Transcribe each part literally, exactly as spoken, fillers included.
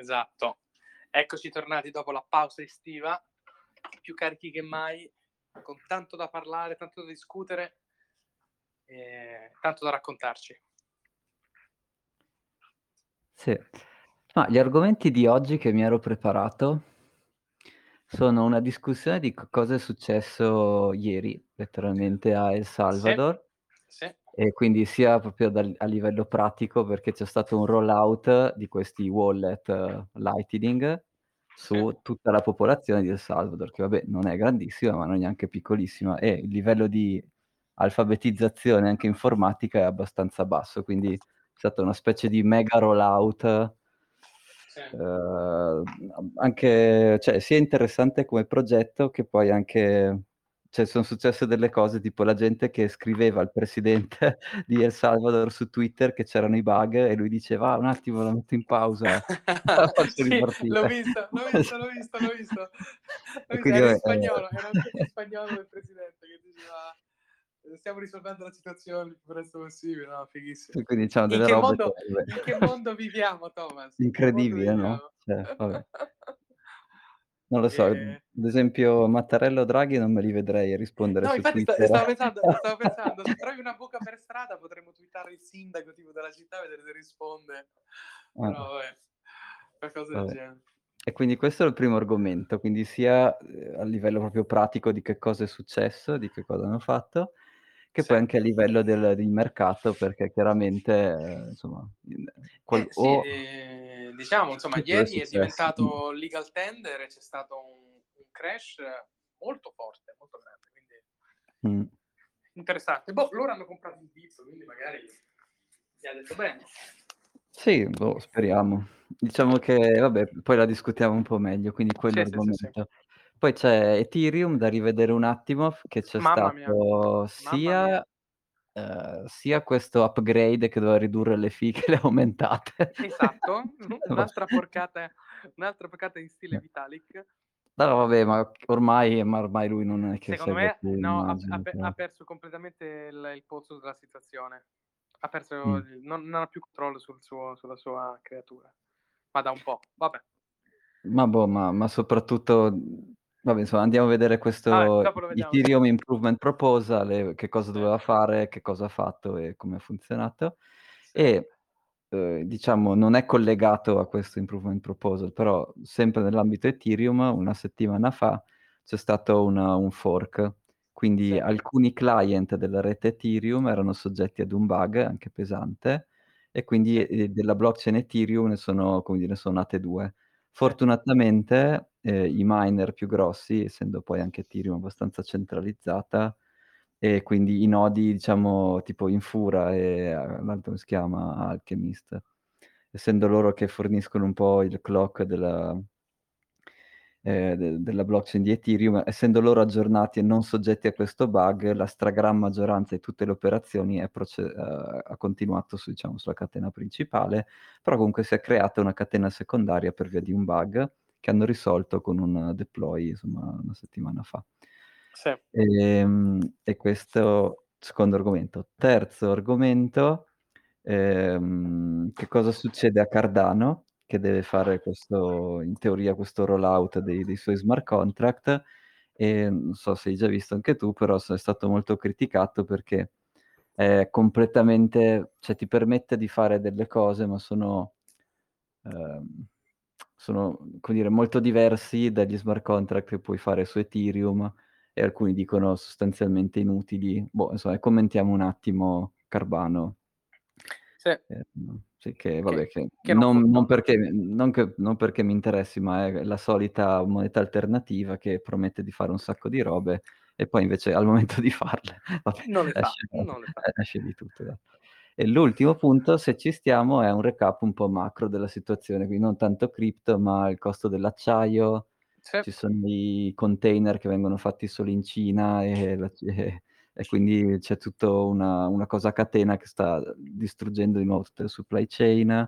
Esatto. Eccoci tornati dopo la pausa estiva, più carichi che mai, con tanto da parlare, tanto da discutere e tanto da raccontarci. Sì. Ma gli argomenti di oggi che mi ero preparato sono una discussione di c cosa è successo ieri, letteralmente a El Sì, Salvador, sì, e quindi sia proprio dal a livello pratico, perché c'è stato un rollout di questi wallet eh, Lightning sì, su tutta la popolazione di El Salvador, che vabbè non è grandissima, ma non è neanche piccolissima, e il livello di alfabetizzazione anche informatica è abbastanza basso, quindi è stata una specie di mega rollout. sì. Uhm, anche cioè sia interessante come progetto che poi anche cioè son successe delle cose, tipo la gente che scriveva al presidente di El Salvador su Twitter che c'erano i bug e lui diceva: "Ah, un attimo la metto in pausa, la faccio Sì, l'ho ripartire." visto, l'ho visto, l'ho visto, l'ho visto. L'ho E visto. quindi Era in vabbè, spagnolo, era un tweet in ehm spagnolo del presidente che diceva: "Ehm, stiamo risolvendo la situazione il più presto possibile." No, fighissimo. sì, quindi diciamo In delle che robe che mondo in che mondo viviamo, Thomas? In che mondo incredibile, no, viviamo? cioè vabbè. Non lo so, ad Ehm esempio Mattarella o Draghi non me li vedrei a rispondere No, su infatti sta Twitter. stavo pensando stavo pensando, se trovi una buca per strada potremmo twittare il sindaco tipo della città, vedere se risponde. Ah, Però vabbè, qualcosa del vabbè. genere. E quindi questo è il primo argomento, quindi sia, ehm, a livello proprio pratico di che cosa è successo, di che cosa hanno fatto, che Sì. poi anche a livello del di mercato, perché chiaramente, ehm, insomma, in Eh qual sì, o ehm, diciamo insomma che cosa è ieri è successo? Mh. diventato legal tender e c'è stato un un crash molto forte, molto grande, quindi Mh. interessante. Boh, loro hanno comprato il V I P, quindi magari gli ha detto bene. Sì, boh, speriamo. Diciamo che vabbè, poi la discutiamo un po' meglio, quindi quello Sì, sì, sì, sì. argomento. Poi c'è Ethereum da rivedere un attimo, f che c'è Mamma mia, stato mamma mia. sia ehm, sia questo upgrade che doveva ridurre le fee che le ha aumentate. Esatto, Va un'altra porcata un'altra porcata in stile Vitalik. No, vabbè, ma ormai ma ormai lui non è che Secondo segue me più, no, ha ha immagino, pe ha però. perso completamente il il polso della situazione. Ha perso Mh. il non non ha più controllo sul suo sulla sua creatura. Ma da un po', vabbè. Ma boh, ma ma soprattutto mhmm, vabbè insomma andiamo a vedere Vabbè, questo dopo lo vediamo, sì. Ethereum Improvement Proposal e che cosa Sì, doveva fare, che cosa ha fatto e come ha funzionato. sì, E, uhm, diciamo non è collegato a questo Improvement Proposal, però sempre nell'ambito Ethereum una settimana fa c'è stato un un fork, quindi sì, alcuni client della rete Ethereum erano soggetti ad un bug anche pesante e sì, quindi, ehm, della blockchain Ethereum ne sono come dire, ne son nate due. sì, Fortunatamente, ehm, i miner più grossi, essendo poi anche Ethereum abbastanza centralizzata, e quindi i nodi diciamo tipo Infura e a l'altro come si chiama? Alchemist, essendo loro che forniscono un po' il clock della ehm, de della blockchain di Ethereum, essendo loro aggiornati e non soggetti a questo bug, la stragran maggioranza di tutte le operazioni è proce uhm, ha continuato su diciamo sulla catena principale, però comunque si è creata una catena secondaria per via di un bug, che hanno risolto con un deploy, insomma, una settimana fa. sì, Ehm, e questo secondo argomento. Terzo argomento, ehm, che cosa succede a Cardano, che deve fare questo in teoria questo rollout dei dei suoi smart contract, e non so se hai già visto anche tu, però s è stato molto criticato perché è completamente cioè ti permette di fare delle cose, ma sono ehm, sono, come dire, molto diversi dagli smart contract che puoi fare su Ethereum e alcuni dicono sostanzialmente inutili. Boh, insomma, commentiamo un attimo Cardano. sì, Ehm, sì, che vabbè, che che che non non non funziona. perché non che non perché mi interessi, ma è la solita moneta alternativa che promette di fare un sacco di robe e poi invece al momento di farle, vabbè, Non le fa, esce non le fa. eh, esce di tutto, dai. E l'ultimo punto, se ci stiamo, è un recap un po' macro della situazione, quindi non tanto cripto, ma il costo dell'acciaio, Sì, ci sono i container che vengono fatti solo in Cina e la c e e quindi c'è tutto una una cosa a catena che sta distruggendo di nuovo tutte le supply chain.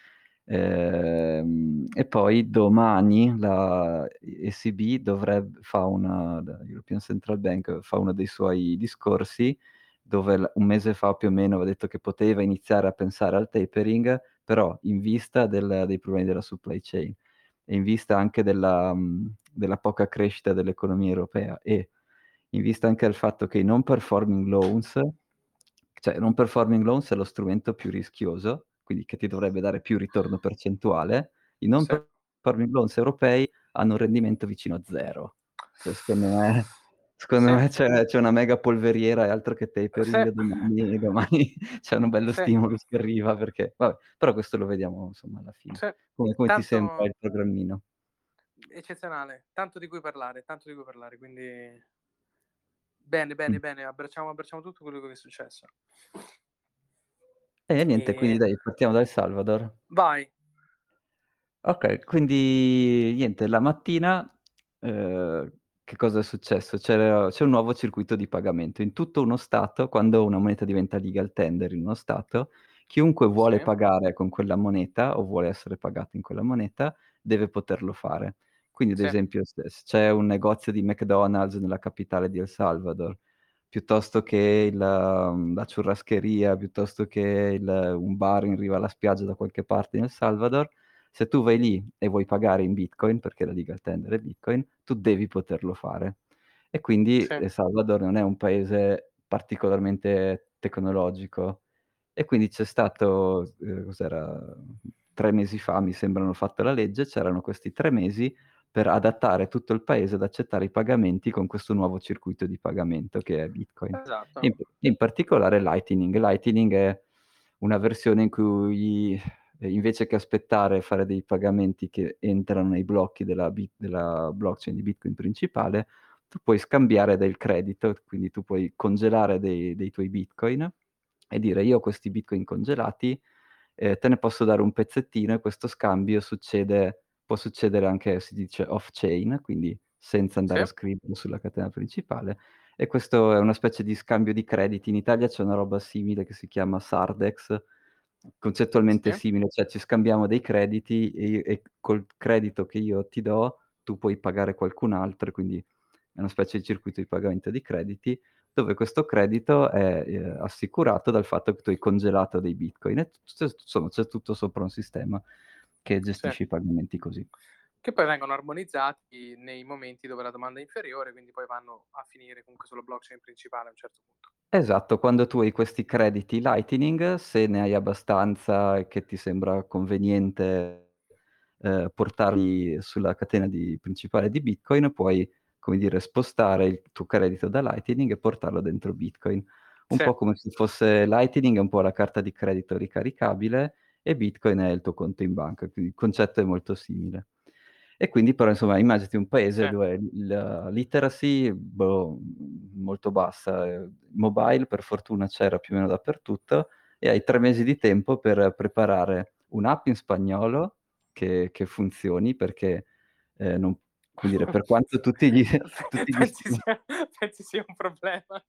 Ehm, e poi domani la E C B dovreb fa una la European Central Bank fa uno dei suoi discorsi, dove l un mese fa più o meno aveva detto che poteva iniziare a pensare al tapering, però in vista del dei problemi della supply chain e in vista anche della mhmm, della poca crescita dell'economia europea e in vista anche del fatto che i non performing loans cioè non performing loans è lo strumento più rischioso, quindi che ti dovrebbe dare più ritorno percentuale, i non Sì. performing loans europei hanno un rendimento vicino a zero. Cioè secondo me secondo Sì. me c'è c'è una mega polveriera e altro che Sì. tapering domani domani c'è un bello Sì. stimulus che arriva perché vabbè, però questo lo vediamo insomma alla fine. Sì. Come come ti sembra Tanto il programmino? eccezionale, tanto di cui parlare, tanto di cui parlare, quindi bene, Mh. bene, bene, abbracciamo abbracciamo tutto quello che è successo. E niente, quindi E dai partiamo da El Salvador. vai. Okay, quindi niente, la mattina, ehm, che cosa è successo? C'era c'è un nuovo circuito di pagamento. In tutto uno stato, quando una moneta diventa legal tender in uno stato, chiunque vuole Sì, pagare con quella moneta o vuole essere pagato in quella moneta, deve poterlo fare. Quindi ad sì, esempio se se c'è un negozio di McDonald's nella capitale di El Salvador, piuttosto che il mhmm, la churrascheria, piuttosto che il un bar in riva alla spiaggia da qualche parte in El Salvador, se tu vai lì e vuoi pagare in Bitcoin, perché la legal tender è Bitcoin, tu devi poterlo fare. E quindi sì, El Salvador non è un paese particolarmente tecnologico e quindi c'è stato, ehm, cos'era, tre mesi fa mi sembra hanno fatto la legge, c'erano questi tre mesi per adattare tutto il paese ad accettare i pagamenti con questo nuovo circuito di pagamento che è Bitcoin. esatto. In p in particolare Lightning. Lightning è una versione in cui ehm, invece che aspettare e fare dei pagamenti che entrano nei blocchi della bit della blockchain di Bitcoin principale, tu puoi scambiare del credito, quindi tu puoi congelare dei dei tuoi Bitcoin e dire: "Io ho questi Bitcoin congelati, ehm, te ne posso dare un pezzettino", e questo scambio succede può succedere anche, si dice off chain, quindi senza Sì, andare a scriverlo sulla catena principale, e questo è una specie di scambio di crediti. In Italia c'è una roba simile che si chiama Sardex, concettualmente sì, simile, cioè ci scambiamo dei crediti e io e col credito che io ti do, tu puoi pagare qualcun altro, e quindi è una specie di circuito di pagamento di crediti, dove questo credito è, ehm, assicurato dal fatto che tu hai congelato dei bitcoin e t s insomma c'è tutto sopra un sistema che sì. gestisce i pagamenti così. Che poi vengono armonizzati nei momenti dove la domanda è inferiore, quindi poi vanno a finire comunque sulla blockchain principale a un certo punto. Esatto, quando tu hai questi crediti Lightning, se ne hai abbastanza e che ti sembra conveniente, ehm, portarli sulla catena di principale di Bitcoin, puoi, come dire, spostare il tuo credito da Lightning e portarlo dentro Bitcoin. Un Sì, po' come se fosse Lightning è un po' la carta di credito ricaricabile e Bitcoin è il tuo conto in banca, quindi il concetto è molto simile. E quindi però insomma immaginati un paese sì, dove il la literacy, boh, mhmm, molto bassa, ehm, mobile per fortuna c'era più o meno dappertutto e hai tre mesi di tempo per preparare un'app in spagnolo che che funzioni perché, ehm, non come dire, per quanto tutti gli Pe tutti gli pensi st sia pensi sia un problema?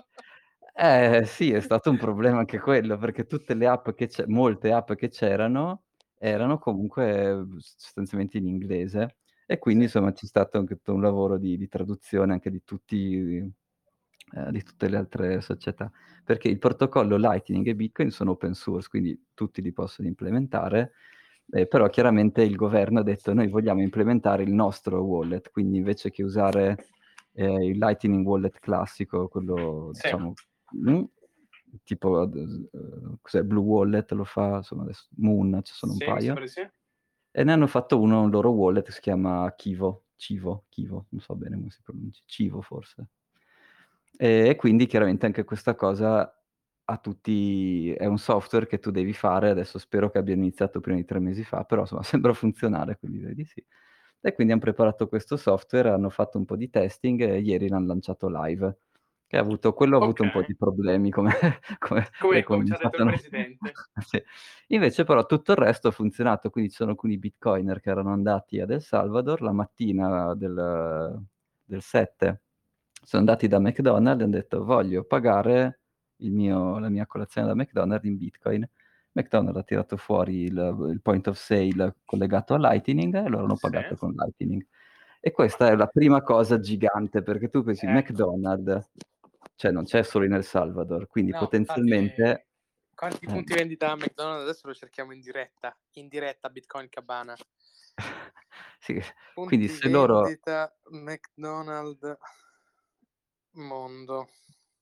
eh sì, è stato un problema anche quello, perché tutte le app che c'è molte app che c'erano, erano comunque, uhm, s sostanzialmente in inglese e quindi Sì, insomma c'è stato anche tutto un lavoro di di traduzione anche di tutti ehm, di tutte le altre società, perché il protocollo Lightning e Bitcoin sono open source, quindi tutti li possono implementare, ehm, però chiaramente il governo ha detto: "Noi vogliamo implementare il nostro wallet", quindi invece che usare, ehm, il Lightning Wallet classico, quello sì, diciamo mh, tipo ad es uhm, cos'è, Blue Wallet lo fa, insomma adesso Moon, ci sono un sì, mi paio, sembra di sì. e ne hanno fatto uno un loro wallet che si chiama Chivo, Civo, Chivo, non so bene come si pronunci, Civo forse. Ehm, e quindi chiaramente anche questa cosa a tutti è un software che tu devi fare, adesso spero che abbiano iniziato prima di tre mesi fa, però insomma sembra funzionare, quindi direi di sì. E quindi han preparato questo software, hanno fatto un po' di testing e ieri l'han lanciato live, che ha avuto quello ha avuto un po' Okay, di problemi come come le come come ci ha detto il sappiano presidente. sì. Invece però tutto il resto ha funzionato, quindi ci sono alcuni bitcoiner che erano andati ad El Salvador la mattina del del sette, sono andati da McDonald's e han detto: "Voglio pagare il mio la mia colazione da McDonald's in bitcoin". McDonald's ha tirato fuori il il point of sale collegato a Lightning e loro hanno Sì, pagato con Lightning. E questa è la prima cosa gigante, perché tu pensi ecco. McDonald's, cioè non c'è solo in El Salvador, quindi No, infatti potenzialmente Quanti Eh. punti vendita a McDonald's? Adesso lo cerchiamo in diretta, in diretta Bitcoin Cabana. Sì, quindi Punti se loro vendita McDonald's mondo.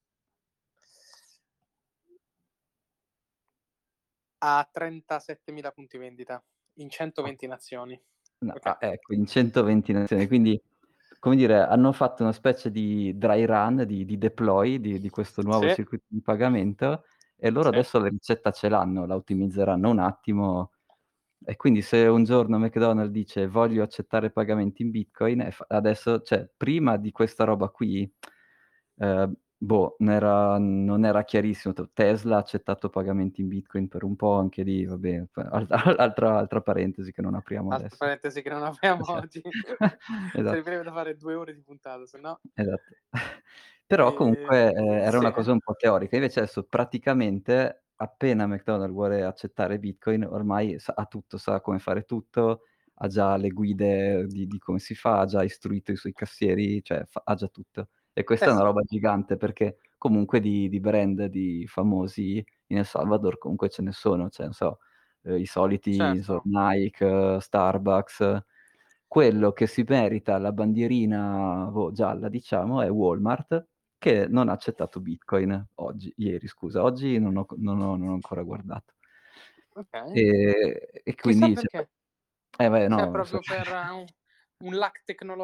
Ha trentasettemila punti vendita in O centoventi nazioni. no, Okay. ah, ecco, in centoventi nazioni. Quindi, come dire, hanno fatto una specie di dry run, di di deploy di di questo nuovo Sì, circuito di pagamento e loro sì. adesso la ricetta ce l'hanno, la ottimizzeranno un attimo e quindi se un giorno McDonald's dice: "Voglio accettare pagamenti in Bitcoin" e fa adesso cioè prima di questa roba qui, ehm, boh, n'era non era chiarissimo. T Tesla ha accettato pagamenti in Bitcoin per un po', anche lì vabbè, p al altra altra parentesi che non apriamo Altra adesso. parentesi che non apriamo Esa oggi. esatto. Servirebbe da fare due ore di puntata, se no Esatto. Però ehm, comunque, ehm, era sì, una cosa un po' teorica. Invece adesso praticamente appena McDonald's vuole accettare Bitcoin ormai sa ha tutto, sa come fare tutto, ha già le guide di di come si fa, ha già istruito i suoi cassieri, cioè fa ha già tutto. E eh questa è una sì, roba gigante perché comunque di di brand, di famosi in El Salvador comunque ce ne sono, cioè non so, ehm, i soliti non so, certo. Nike, Starbucks. Quello che si merita la bandierina, boh, gialla diciamo è Walmart, che non ha accettato Bitcoin oggi ieri scusa, oggi non ho c non ho non ho ancora guardato. Okay. Ehm, e Chissà quindi cioè perché. eh beh Cioè no, so proprio per un un lack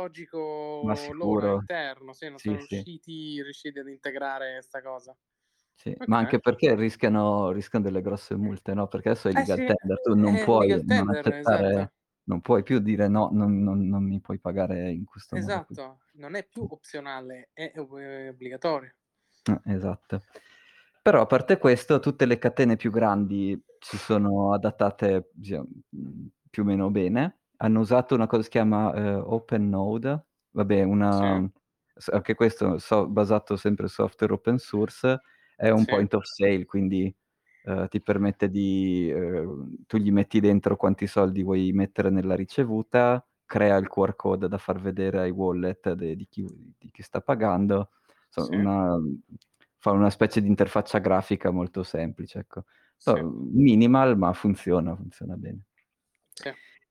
ma tecnologico loro sicuro. interno, sì, non Sì, sono sì. riusciti riusciti ad integrare 'sta cosa. Sì, ma Okay. anche perché rischiano rischiano delle grosse multe, no, perché adesso è Eh legal sì, tender, tu non è puoi legal non tender, accettare esatto. non puoi più dire: "No, non non non mi puoi pagare in questo modo qui." Esatto, non è più opzionale, è ob è obbligatorio. Eh, esatto. Però a parte questo, tutte le catene più grandi si sono adattate diciam mhmm, più o meno bene. Hanno usato una cosa che si chiama, ehm, OpenNode, vabbè Sì, una s anche questo so basato sempre su software open source, è un sì, point of sale, quindi, ehm, ti permette di ehm, tu gli metti dentro quanti soldi vuoi mettere nella ricevuta, crea il Q R code da far vedere ai wallet de di chi di chi sta pagando. So sì, una fa una specie di interfaccia grafica molto semplice, ecco. sì, Poi minimal, ma funziona, funziona bene. sì,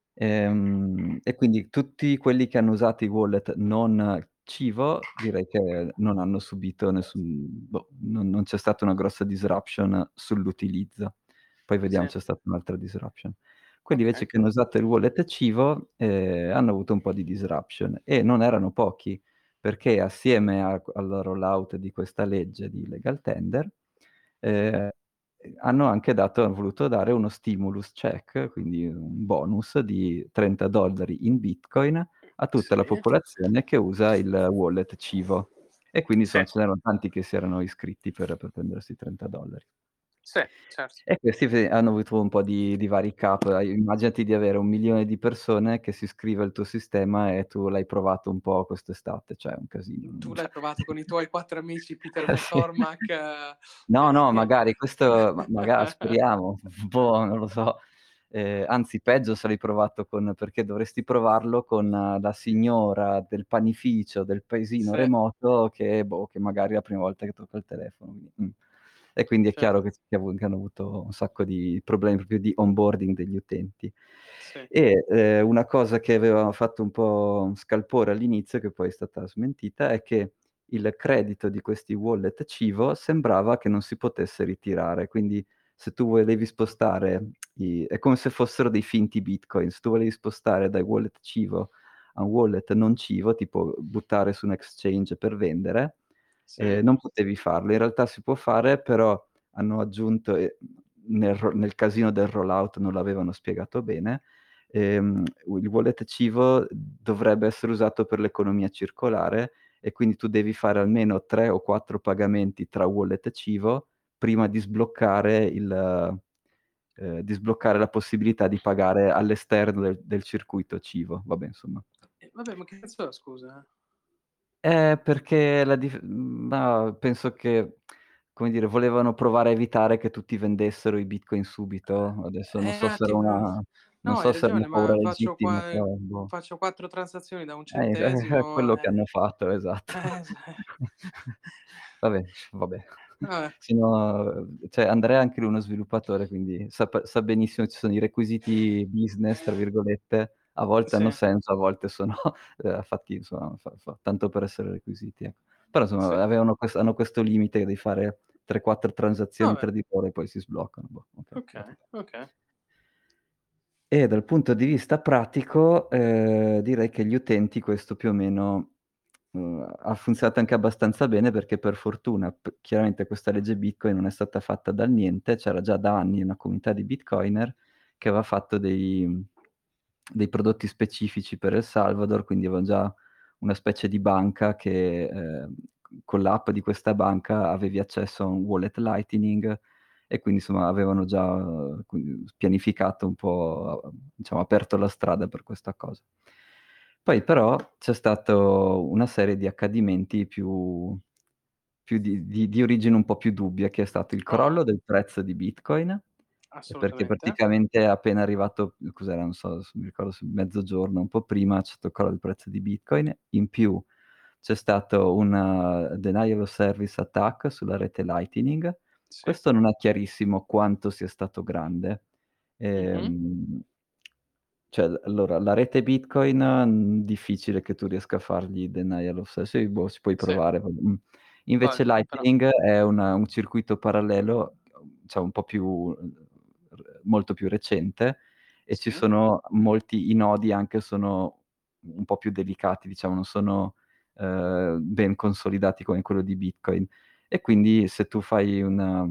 Ehm, e quindi tutti quelli che hanno usato i wallet non Civo, direi che non hanno subito nessun boh, non non c'è stata una grossa disruption sull'utilizzo. Poi vediamo, sì, c'è stata un'altra disruption. Quelli invece okay, che hanno usato il wallet Civo, ehm, hanno avuto un po' di disruption e non erano pochi, perché assieme a q al rollout di questa legge di legal tender, ehm Ehm, hanno anche dato han voluto dare uno stimulus check, quindi un bonus di trenta dollari in Bitcoin a tutta la sì, popolazione che usa il wallet Civo. E quindi sì, insomma ce n'erano tanti che si erano iscritti per per prendersi trenta dollari. sì, certo. E questi fe hanno avuto un po' di di vari capo. Hai immaginati di avere un milione di persone che si iscrive al tuo sistema e tu l'hai provato un po' quest'estate, cioè è un casino. Tu l'hai provato con i tuoi quattro amici Peter Eh sì. McCormack No, e no, e magari questo ma maga speriamo, boh, non lo so. Ehm, anzi peggio se l'hai provato con perché dovresti provarlo con la signora del panificio del paesino sì, remoto che boh, che magari è la prima volta che tocca il telefono, quindi mh. E quindi è chiaro certo, che che avu che hanno avuto un sacco di problemi proprio di onboarding degli utenti. sì, E, ehm, una cosa che aveva fatto un po' scalpore all'inizio, che poi è stata smentita, è che il credito di questi wallet Civo sembrava che non si potesse ritirare, quindi se tu volevi spostare i è come se fossero dei finti Bitcoin, se tu volevi spostare dai wallet Civo a un wallet non Civo, tipo buttare su un exchange per vendere, sì, ehm, non potevi farlo. In realtà si può fare, però hanno aggiunto e nel ro nel casino del rollout non l'avevano spiegato bene, ehm, u il wallet Civo dovrebbe essere usato per l'economia circolare e quindi tu devi fare almeno tre o quattro pagamenti tra wallet Civo prima di sbloccare il ehm, di sbloccare la possibilità di pagare all'esterno del del circuito Civo. Vabbè insomma. e vabbè, ma che cazzo è scusa? Eh, perché la dif mhmm, ma penso che, come dire, volevano provare a evitare che tutti vendessero i bitcoin subito. Adesso non Eh, so un se era attimo, una non no, so hai se era una ragione, paura ma faccio legittima, qua però boh. faccio quattro transazioni da un Eh, è è centesimo, quello che eh, hanno fatto, esatto. eh, s Vabbè, vabbè. Vabbè. Sono cioè Andrea è anche lui uno sviluppatore, quindi sa p sa benissimo ci sono i requisiti "business" tra virgolette, a volte hanno Sì, senso, a volte sono, ehm, fatti insomma fa fa tanto per essere requisiti, ecco. Però sì. insomma avevano ques hanno questo limite di fare tre, quattro transazioni Vabbè, tra di loro e poi si sbloccano. Boh, okay, okay, capita. okay. E dal punto di vista pratico, ehm, direi che gli utenti questo più o meno, uhm, ha funzionato anche abbastanza bene perché per fortuna p chiaramente questa legge Bitcoin non è stata fatta dal niente, c'era già da anni una comunità di bitcoiner che aveva fatto dei mhmm, dei prodotti specifici per El Salvador, quindi avevan già una specie di banca che, ehm, c con l'app di questa banca avevi accesso a un wallet Lightning e quindi insomma avevano già, uhm, quindi pianificato un po', uhm, diciamo aperto la strada per questa cosa. Poi però c'è stato una serie di accadimenti più più di di di origine un po' più dubbia, che è stato il crollo Oh, del prezzo di Bitcoin, ehm, perché assolutamente. praticamente è appena arrivato mhmm, cos'era, non so, adesso mi ricordo se mezzogiorno, un po' prima, c'è stato il crollo del prezzo di Bitcoin. In più c'è stato un uh, denial of service attack sulla rete Lightning. Sì. Questo non è chiarissimo quanto sia stato grande. Mh-mh. Ehm, cioè l allora la rete Bitcoin, mhmm, difficile che tu riesca a fargli denial of se sì, boh, ci puoi Sì, provare, v mh. Invece poi però Lightning è una un circuito parallelo, uhm, cioè un po' più uhm, r molto più recente e ci sì, sono molti i nodi anche sono un po' più delicati, diciamo, non sono, ehm, ben consolidati come quello di Bitcoin. E quindi se tu fai una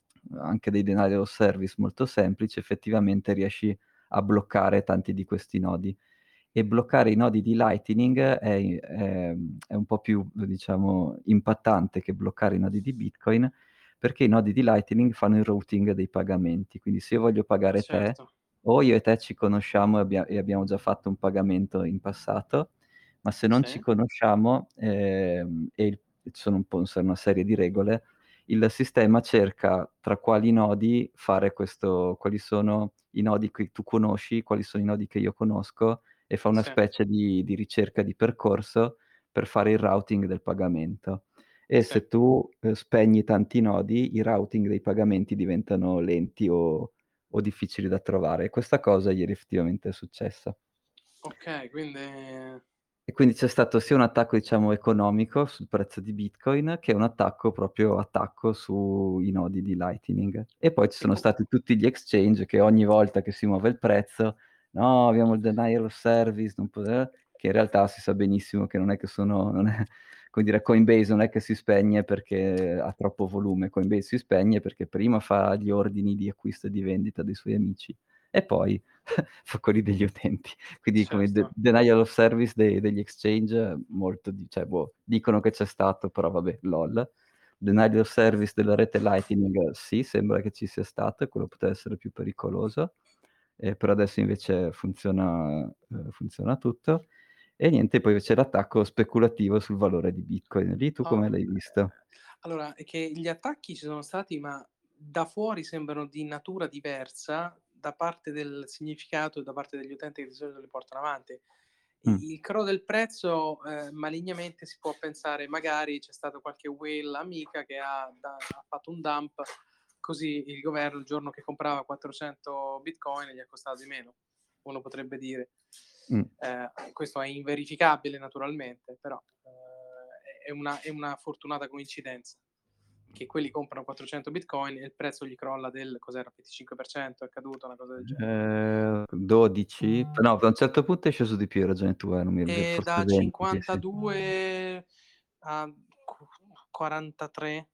anche dei denial of service molto semplici, effettivamente riesci a bloccare tanti di questi nodi. E bloccare i nodi di Lightning è i è mhmm, è un po' più, diciamo, impattante che bloccare i nodi di Bitcoin, perché i nodi di Lightning fanno il routing dei pagamenti. Quindi se io voglio pagare te, certo. o io e te ci conosciamo e abbia e abbiamo già fatto un pagamento in passato, ma se non ci Sì, conosciamo, ehm, e il ci sono un po' s una serie di regole, il sistema cerca tra quali nodi fare questo quali sono i nodi che tu conosci, quali sono i nodi che io conosco e fa una sì, specie di di ricerca di percorso per fare il routing del pagamento. E sì. se tu, uhm, spegni tanti nodi, i routing dei pagamenti diventano lenti o o difficili da trovare. E questa cosa ieri effettivamente è successa. Okay, quindi E quindi c'è stato sia un attacco, diciamo, economico sul prezzo di Bitcoin, che un attacco proprio attacco sui nodi di Lightning. E poi ci e sono co stati tutti gli exchange che ogni volta che si muove il prezzo: "No, abbiamo il denial of service, non po" eh, che in realtà si sa benissimo che non è che sono non è come dire, Coinbase non è che si spegne perché ha troppo volume, Coinbase si spegne perché prima fa gli ordini di acquisto e di vendita dei suoi amici e poi fa quelli degli utenti. Quindi come de certo, denial of service de degli exchange molto di cioè boh, dicono che c'è stato, però vabbè, lol. Denial of service della rete Lightning sì, sembra che ci sia stato e quello poteva essere più pericoloso, ehm, però adesso invece funziona ehm, funziona tutto. E niente, poi c'è l'attacco speculativo sul valore di Bitcoin. Lì tu no, come l'hai visto? ehm, allora è che gli attacchi ci sono stati, ma da fuori sembrano di natura diversa da parte del significato e da parte degli utenti che di solito li portano avanti. Mh, I il crollo del prezzo, ehm, malignamente si può pensare magari c'è stato qualche whale amica che ha da ha fatto un dump, così il governo il giorno che comprava quattrocento bitcoin gli è costato di meno, uno potrebbe dire. mh. Ehm, questo è inverificabile naturalmente, però, ehm, è è una è una fortunata coincidenza che quelli comprano quattrocento bitcoin e il prezzo gli crolla del cos'era, venticinque per cento, è caduto, una cosa del genere. Ehm, dodici? No, a un certo punto è sceso di più, hai ragione tu, eh, non mi ve E forse da venti, sì, sì. cinquantadue a qu quarantatré,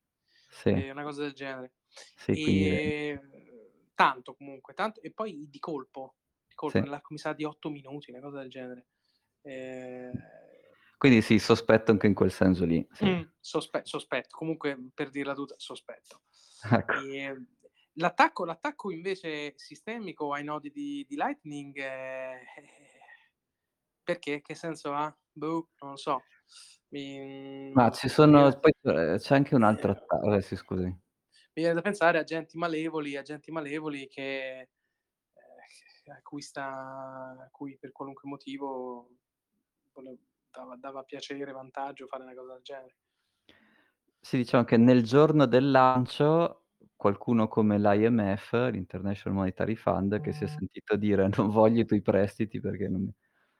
Sì, ehm, una cosa del genere. sì, quindi venti. Ehm, tanto comunque, tanto e poi di colpo, di colpo Sì. nell'arco mi sa di otto minuti, una cosa del genere. Ehm, Quindi sì, sospetto anche in quel senso lì, sì. mh, sospe sospetto, comunque per dirla tutta, sospetto. Ecco. Ehm, l'attacco l'attacco invece sistemico ai nodi di di Lightning, ehm, eh, perché? Che senso ha? Boh, non lo so. Mi Ma mhmm, ci mi sono viene poi ehm, c'è anche un altro ehm, atta vabbè sì, scusami. mi viene da pensare a agenti malevoli agenti malevoli che ehm, a cui sta a cui per qualunque motivo vole dava dava piacere, vantaggio fare una cosa del genere. Sì, diciamo che nel giorno del lancio qualcuno come l'I M F, l'International Monetary Fund, che si è sentito dire: "Non voglio i tuoi prestiti perché non mi"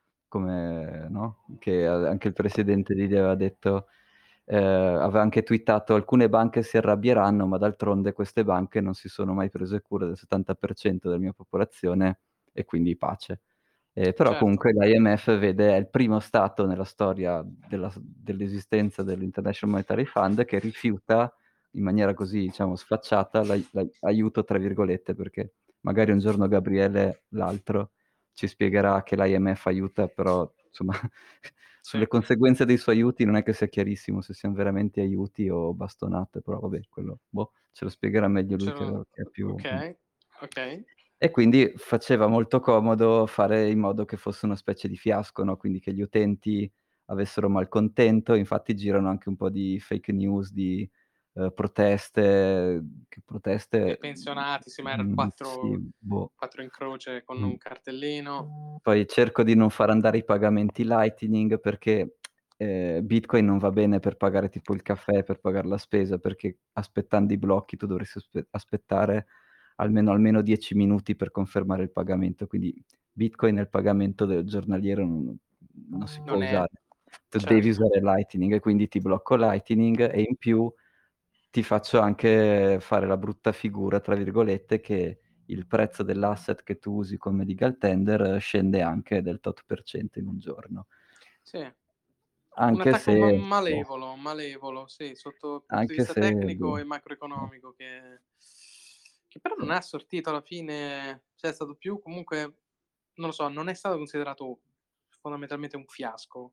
come no, che a anche il presidente lì gli aveva detto ehm, aveva anche twittato: "Alcune banche si arrabbieranno, ma d'altronde queste banche non si sono mai prese cura del settanta per cento della mia popolazione e quindi pace". Ehm, però Certo. comunque l'I M F vede è il primo stato nella storia della s dell'esistenza dell'International Monetary Fund che rifiuta in maniera così, diciamo, sfacciata l'ai l'ai "aiuto" tra virgolette, perché magari un giorno Gabriele, l'altro, ci spiegherà che l'I M F aiuta, però insomma Sì. sulle conseguenze dei suoi aiuti non è che sia chiarissimo se sian veramente aiuti o bastonate, però vabbè quello, boh, ce lo spiegherà meglio lui che C'ero che è più mh. okay, okay. E quindi faceva molto comodo fare in modo che fosse una specie di fiasco, no, quindi che gli utenti avessero malcontento, infatti girano anche un po' di fake news di, ehm, proteste che Dei proteste, pensionati, sì, ma eran mhmm, sì, quattro boh. quattro in croce con Mh. un cartellino. Poi cerco di non far andare i pagamenti Lightning perché, ehm, Bitcoin non va bene per pagare tipo il caffè, per pagar la spesa, perché aspettando i blocchi tu dovresti aspe aspettare almeno almeno dieci minuti per confermare il pagamento, quindi Bitcoin nel pagamento del giornaliero non non si può Non è usare. Tu devi certo. usare Lightning e quindi ti blocco Lightning e in più ti faccio anche fare la "brutta figura" tra virgolette, che il prezzo dell'asset che tu usi come legal tender scende anche del tot per cento in un giorno. Sì. Un Anche attacco ma se boh. malevolo, malevolo, sì, sotto il punto di Anche vista se tecnico boh, e boh. macroeconomico che che però Sì. non ha sortito alla fine, cioè è stato più comunque non lo so, non è stato considerato fondamentalmente un fiasco.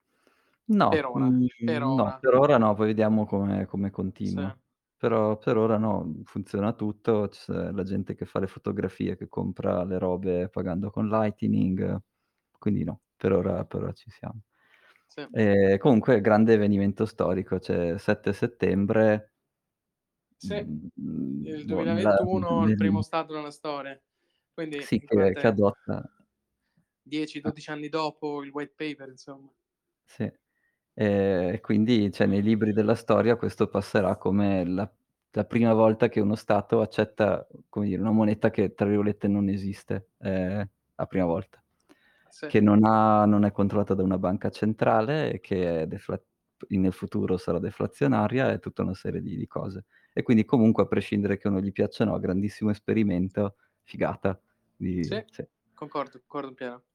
Per No, ora, mhmm, per no, ora. per ora no, poi vediamo come come Sì. continua. Però per ora no, funziona tutto, c'è la gente che fa le fotografie, che compra le robe pagando con Lightning, quindi no, per ora per ora ci siamo. Sì. Ehm, comunque grande avvenimento storico, cioè sette settembre, Sì, mhmm, il boh, nella duemilaventuno il primo nel stato nella storia. Quindi sì, in che che quante adotta dieci, eh. dodici anni dopo il white paper, insomma. Sì. Ehm, e quindi, cioè nei libri della storia questo passerà come la la prima volta che uno stato accetta, come dire, una moneta che tra virgolette "non esiste", ehm, la prima volta. Sì. Che non ha non è controllata da una banca centrale e che è defla p nel futuro sarà deflazionaria e tutta una serie di di cose. E quindi comunque a prescindere che a uno gli piaccia o no, grandissimo esperimento, figata. Di Sì, sì. concordo, concordo in pieno.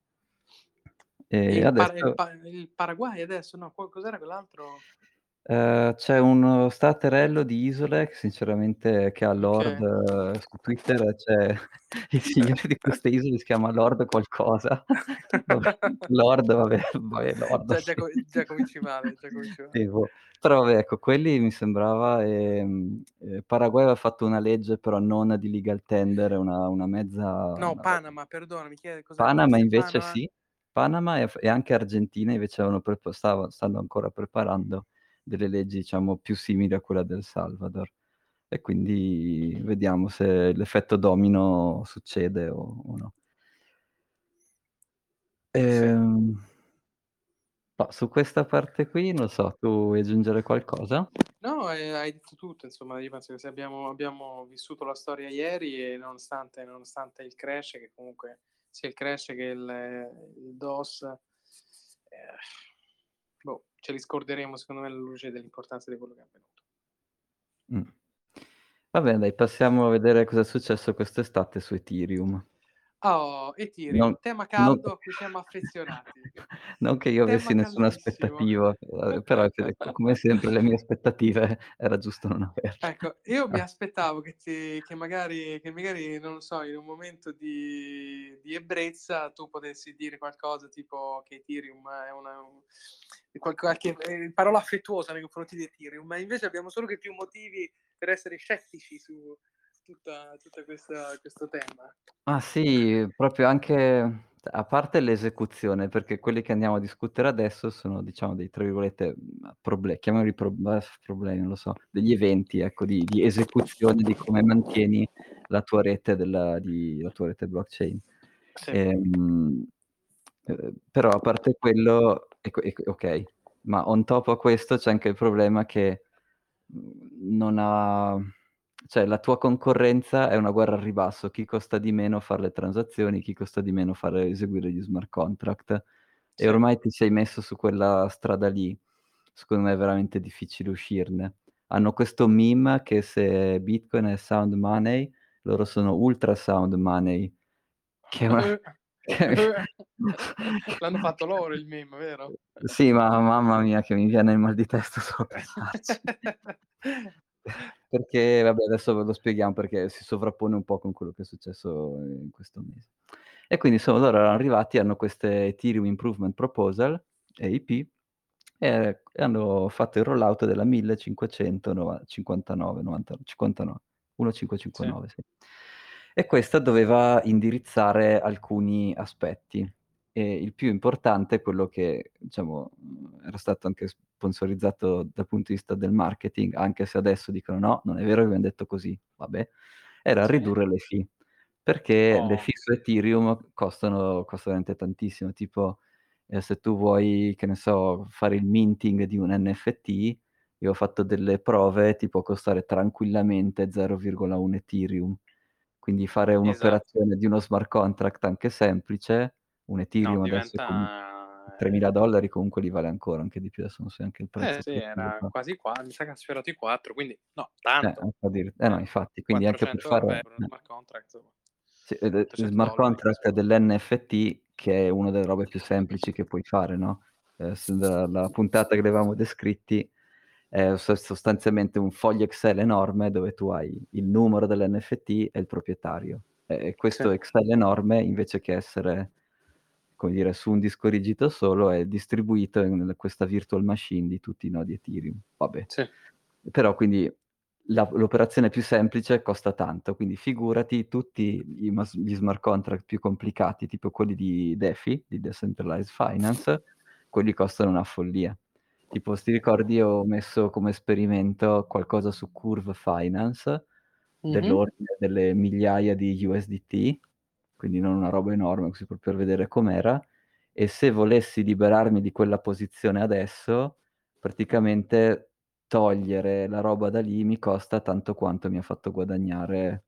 E E il para il adesso pa il Paraguay adesso, no, co cos'era quell'altro? Ehm, c'è uno staterello di isole che sinceramente che ha Lord Okay. su Twitter c'è il signore di queste isole si chiama Lord qualcosa. Vabbè, Lord vabbè, vabbè Lord Già già sì. co già cominci male, già cominci male. Sì, boh. Però vabbè, ecco, quelli mi sembrava, ehm, ehm, Paraguay aveva fatto una legge però non di legal tender, una una mezza No, una roba Panama, perdonami, chi è cos'era? Panama Forse invece Panama? sì, Panama e f e anche Argentina invece avevano prepo stava stanno ancora preparando delle leggi, diciamo, più simili a quella del Salvador. E quindi vediamo se l'effetto domino succede o o no. Sì. Ehm, ma su questa parte qui, non so, tu vuoi aggiungere qualcosa? No, ehm, hai detto tutto insomma. Io penso che se abbiamo abbiamo vissuto la storia ieri e nonostante nonostante il crash, che comunque sia il crash che il il DOS, ehm, boh, ce li scorderemo secondo me alla luce dell'importanza di quello che è avvenuto. Mh. Va bene dai, passiamo a vedere cosa è successo quest'estate su Ethereum. Oh, Non Ethereum, tema non caldo a cui siamo affezionati. non che io avessi Tema nessuna caldissimo. aspettativa, uhm, però t ecco, come sempre le mie aspettative era giusto non averle. Ecco, io mi aspettavo che ti che magari che magari, non lo so, in un momento di di ebbrezza tu potessi dire qualcosa tipo che Ethereum è una un qual qualche ehm, parola affettuosa nei confronti di Ethereum, ma invece abbiamo solo che più motivi per essere scettici su tutta tutta questa questo tema. Ma sì, proprio anche a parte l'esecuzione, perché quelli che andiamo a discutere adesso sono diciamo dei, tra virgolette, mhmm, proble chiamiamoli prob problemi, non lo so, degli eventi ecco, di di esecuzione di come mantieni la tua rete della di la tua rete blockchain. Sì, Ehm, uhm, però a parte quello ecco ec okay, ma on top a questo c'è anche il problema che mhmm, non ha cioè la tua concorrenza è una guerra al ribasso, chi costa di meno far le transazioni, chi costa di meno fare eseguire gli smart contract, e Sì. ormai ti sei messo su quella strada lì, secondo me è veramente difficile uscirne. Hanno questo meme che se Bitcoin è sound money, loro sono ultra sound money, che è una che L'hanno fatto loro il meme, vero? sì, ma mamma mia che mi viene il mal di testa solo a pensarci. Perché vabbè adesso ve lo spieghiamo, perché si sovrappone un po' con quello che è successo in questo mese. E quindi insomma loro erano arrivati, hanno queste Ethereum Improvement Proposal, E I P, e e hanno fatto il rollout della millecinquecentonova cinquantanove, novanta cinquantanove, Sì. millecinquecentocinquantanove, sì. E questa doveva indirizzare alcuni aspetti. E il più importante è quello che, diciamo, mhmm, era stato anche sponsorizzato dal punto di vista del marketing, anche se adesso dicono: "No, non è vero che abbiam detto così." Vabbè, era Sì. ridurre le fee, perché le Oh. fee su Ethereum costano costano veramente tantissimo. Tipo, ehm, se tu vuoi, che ne so, fare il minting di un N F T, io ho fatto delle prove, ti può costare tranquillamente zero virgola uno Ethereum. Quindi fare Esatto. un'operazione di uno smart contract anche semplice, un No, Ethereum adesso è comu diventa tremila ehm dollari comunque li vale ancora, anche di più, adesso non so neanche il Eh prezzo sì, era preciso. quasi qua mi sa che ha sfiorato i quattro, quindi no, Eh, tanto. a dir eh no, Eh, infatti, quindi anche per quattrocento fare euro eh. smart contract, Sì, ed è il quattrocento smart dollari. contract dell'N F T, che è una delle robe più semplici che puoi fare, no, ehm, s dalla puntata che li avevamo descritti, è sos sostanzialmente un foglio Excel enorme dove tu hai il numero dell'N F T e il proprietario. E e Sì. questo Excel enorme, invece che essere, come dire, su un disco rigido solo, è distribuito in questa virtual machine di tutti i nodi Ethereum. Vabbè. Sì. Però quindi la l'operazione più semplice costa tanto, quindi figurati tutti i mas gli smart contract più complicati, tipo quelli di DeFi, di Decentralized Finance, quelli costano una follia. Tipo, se ti ricordi, io ho messo come esperimento qualcosa su Curve Finance, Mh-mh. dell'ordine delle migliaia di U S D T, quindi non una roba enorme, così proprio per vedere com'era, e se volessi liberarmi di quella posizione adesso, praticamente togliere la roba da lì mi costa tanto quanto mi ha fatto guadagnare,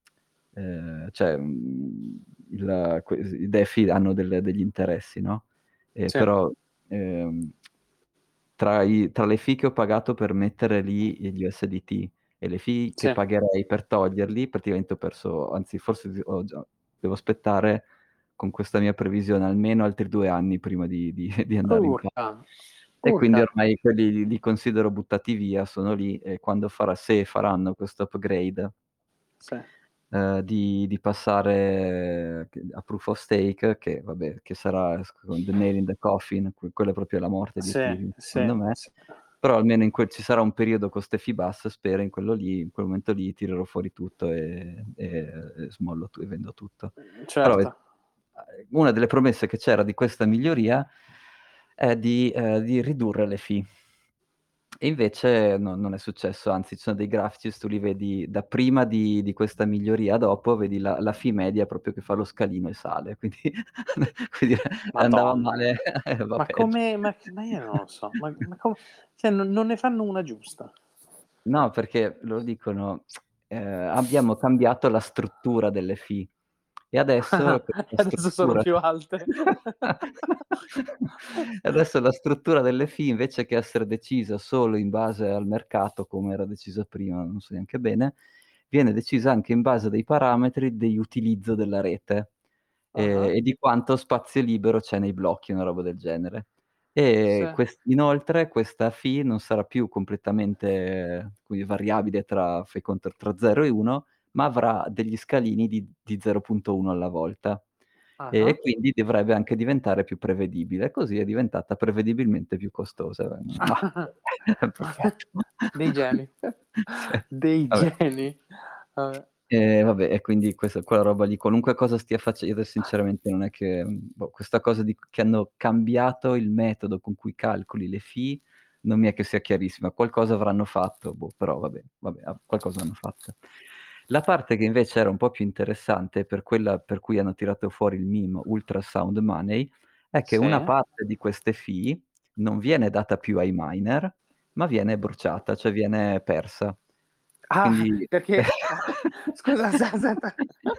ehm, cioè, mhmm, il que i DeFi hanno delle degli interessi, no, ehm, Sì. però, ehm, tra i tra le fee che ho pagato per mettere lì gli U S D T e le fee che Sì. pagherei per toglierli, praticamente ho perso, anzi forse d ho già devo aspettare con questa mia previsione almeno altri due anni prima di di di andare in pa Urca, e quindi urca. ormai quelli li li considero buttati via, sono lì, e quando farà se faranno questo upgrade, Sì. ehm, di di passare che a Proof of Stake, che vabbè, che sarà s the nail in the coffin, que quella è proprio la morte di Sì, Ethereum sì, secondo me, sì. però almeno in quel ci sarà un periodo con 'ste fee basse, spero, in quello lì, in quel momento lì tirerò fuori tutto e e e smollo tu e vendo tutto. Mhmm, Però certo. uhm, una delle promesse che c'era di questa miglioria è di ehm, di ridurre le fee. E invece no, non è successo, anzi ci sono dei grafici, se tu li vedi da prima di di questa miglioria a dopo, vedi la la fee media proprio che fa lo scalino e sale, quindi quindi andava Madonna. male e va Ma peggio. come ma c ma io non lo so, ma ma com cioè non non ne fanno una giusta. No, perché loro dicono, ehm: "Abbiamo cambiato la struttura delle fee e adesso E questa adesso sono struttura" più alte. e adesso la struttura delle fee, invece che essere decisa solo in base al mercato, come era decisa prima, non so neanche bene, viene decisa anche in base a dei parametri di utilizzo della rete, Ah-ah. ehm, e di quanto spazio libero c'è nei blocchi, una roba del genere. Sì. E ques inoltre questa fee non sarà più completamente, quindi variabile tra fai conto tra zero e uno, ma avrà degli scalini di di zero punto uno alla volta. Ah-ah. E quindi dovrebbe anche diventare più prevedibile. E così è diventata prevedibilmente più costosa. Mah, perfetto. Dei geni. Sì, Dei vabbè. geni. Vabbè. E vabbè, e quindi questa quella roba lì, qualunque cosa stia face io sinceramente non è che, mhmm, boh, questa cosa di che hanno cambiato il metodo con cui calcoli le fee, non mi è che sia chiarissima. Qualcosa avranno fatto, boh, però vabbè, vabbè, a qualcosa hanno fatto. La parte che invece era un po' più interessante, per quella per cui hanno tirato fuori il meme Ultra Sound Money, è che una Sì. parte di queste fee non viene data più ai miner, ma viene bruciata, cioè viene persa. Ah, Quindi perché scusa asa aspetta.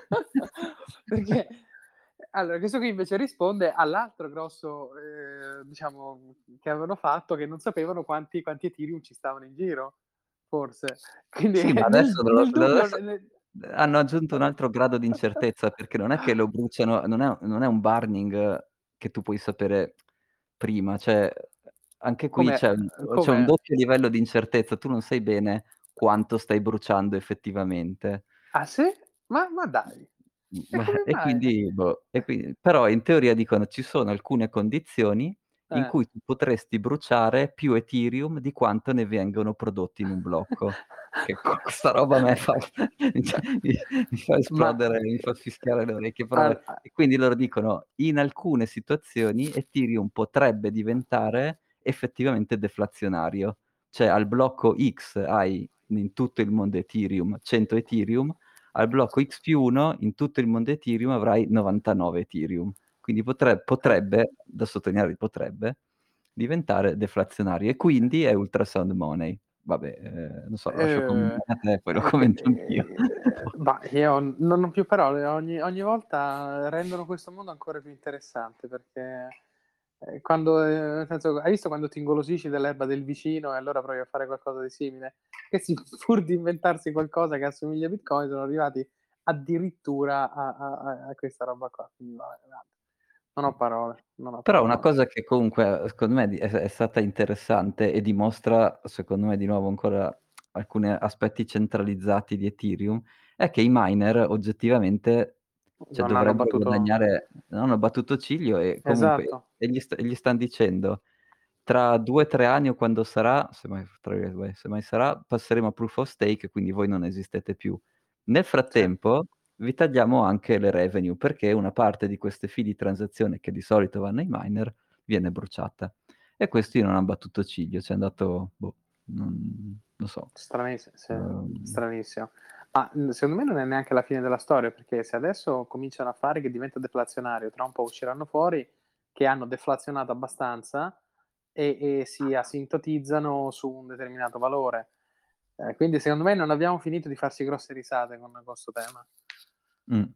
Perché allora questo qui invece risponde all'altro grosso, ehm, diciamo che avevano fatto, che non sapevano quanti quanti Ethereum ci stavano in giro, forse. Quindi Sì, ma nel adesso lo nel lo dubbio adesso ne ne hanno aggiunto un altro grado di incertezza, perché non è che lo bruciano, non è non è un burning che tu puoi sapere prima, cioè anche qui Come c'è un uhm, c'è un come? doppio livello di incertezza, tu non sai bene quanto stai bruciando effettivamente. Ah sì? Ma ma dai! Mh, E beh, come e mai? quindi boh, e qui però in teoria dicono ci sono alcune condizioni in Eh. cui tu potresti bruciare più Ethereum di quanto ne vengono prodotti in un blocco. Che co questa roba a me fa cioè mi mi fa Ma esplodere, mi fa fischiare le orecchie, però al vabbè. a E quindi loro dicono: in alcune situazioni Ethereum potrebbe diventare effettivamente deflazionario. Cioè al blocco X hai in tutto il mondo Ethereum cento Ethereum, al blocco X più uno in tutto il mondo Ethereum avrai novantanove Ethereum. Quindi potre eh. potrebbe, da sottolineare il potrebbe, diventare deflazionario e quindi è ultrasound money. Vabbè, ehm, non so, lo lascio Ehm, commentare a te, poi lo e que commento anch'io. ehm, bah, io non ho più parole, ogni ogni volta rendono questo mondo ancora più interessante perché, ehm, quando ehm, nel senso, hai visto quando ti ingolosisci dell'erba del vicino e allora provi a fare qualcosa di simile? Questi pur di inventarsi qualcosa che assomiglia a Bitcoin sono arrivati addirittura a a a a questa roba qua, quindi vabbè, guarda, non ho parole, non ho Però una parole. cosa che comunque secondo me di è è stata interessante e dimostra, secondo me, di nuovo ancora alcuni aspetti centralizzati di Ethereum, è che i miner oggettivamente, cioè Non hanno dovrebbero battuto guadagnare, non hanno battuto ciglio e comunque esatto. e gli st gli stan dicendo: "Tra due, tre anni o quando sarà, se mai tra virgolette, se mai sarà, passeremo a proof of stake, quindi voi non esistete più. Nel Sì. frattempo vi tagliamo anche le revenue, perché una parte di queste fee di transazione che di solito vanno ai miner viene bruciata." E questi non han battuto ciglio, c'è andato boh, non non so. Straniss sì, Uhm, stranissimo. Ma, mhmm, secondo me non è neanche la fine della storia, perché se adesso cominciano a fare che diventa deflazionario, tra un po' usciranno fuori che hanno deflazionato abbastanza e e si asintotizzano su un determinato valore. Ehm, quindi secondo me non abbiamo finito di farci grosse risate con con 'sto tema. mh.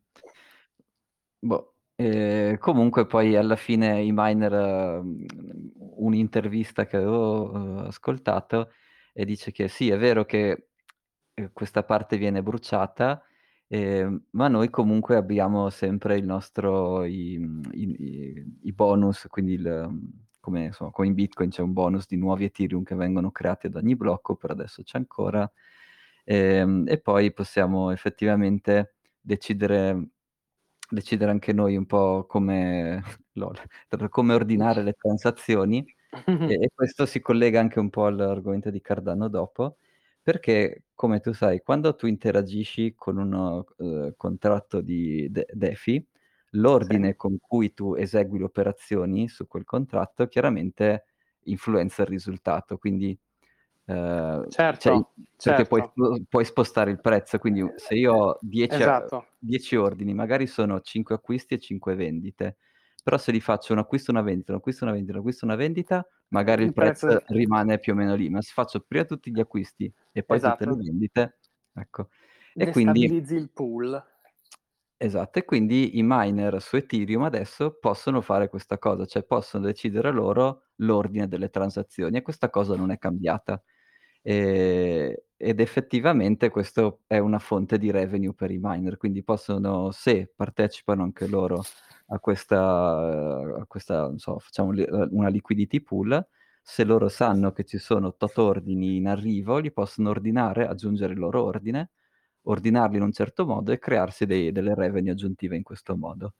Boh, ehm, comunque poi alla fine i miner, mhmm, un'intervista che avevo, uhm, ascoltato e dice che sì, è vero che, ehm, questa parte viene bruciata, ehm, ma noi comunque abbiamo sempre il nostro i mhmm, i i i bonus, quindi il mhmm, come insomma, come in Bitcoin c'è un bonus di nuovi Ethereum che vengono creati ad ogni blocco, per adesso c'è ancora, ehm, e poi possiamo effettivamente decidere decidere anche noi un po' come lol, per come ordinare le transazioni, e e questo si collega anche un po' all'argomento di Cardano dopo, perché come tu sai, quando tu interagisci con uno, uhm, contratto di De DeFi, Sì, l'ordine con cui tu esegui le operazioni su quel contratto chiaramente influenza il risultato. Quindi Ehm, cioè i certo, perché puoi certo, sp puoi spostare il prezzo, quindi u se io ho dieci a esatto. dieci ordini, magari sono cinque acquisti e cinque vendite, però se li faccio un acquisto, una vendita, un acquisto, una vendita, un acquisto, una vendita, magari il Il prezzo prezzo rimane più o meno lì, ma se faccio prima tutti gli acquisti e poi tutte le esatto, vendite, ecco. E quindi destabilizzi il pool. esatto, e quindi i miner su Ethereum adesso possono fare questa cosa, cioè possono decidere loro l'ordine delle transazioni e questa cosa non è cambiata. Ehm, ed effettivamente questo è una fonte di revenue per i miner, quindi possono, se partecipano anche loro a questa a questa non so, facciamo li uhm, una liquidity pool, se loro sanno che ci sono tot ordini in arrivo, li possono ordinare, aggiungere il loro ordine, ordinarli in un certo modo e crearsi dei delle revenue aggiuntive in questo modo.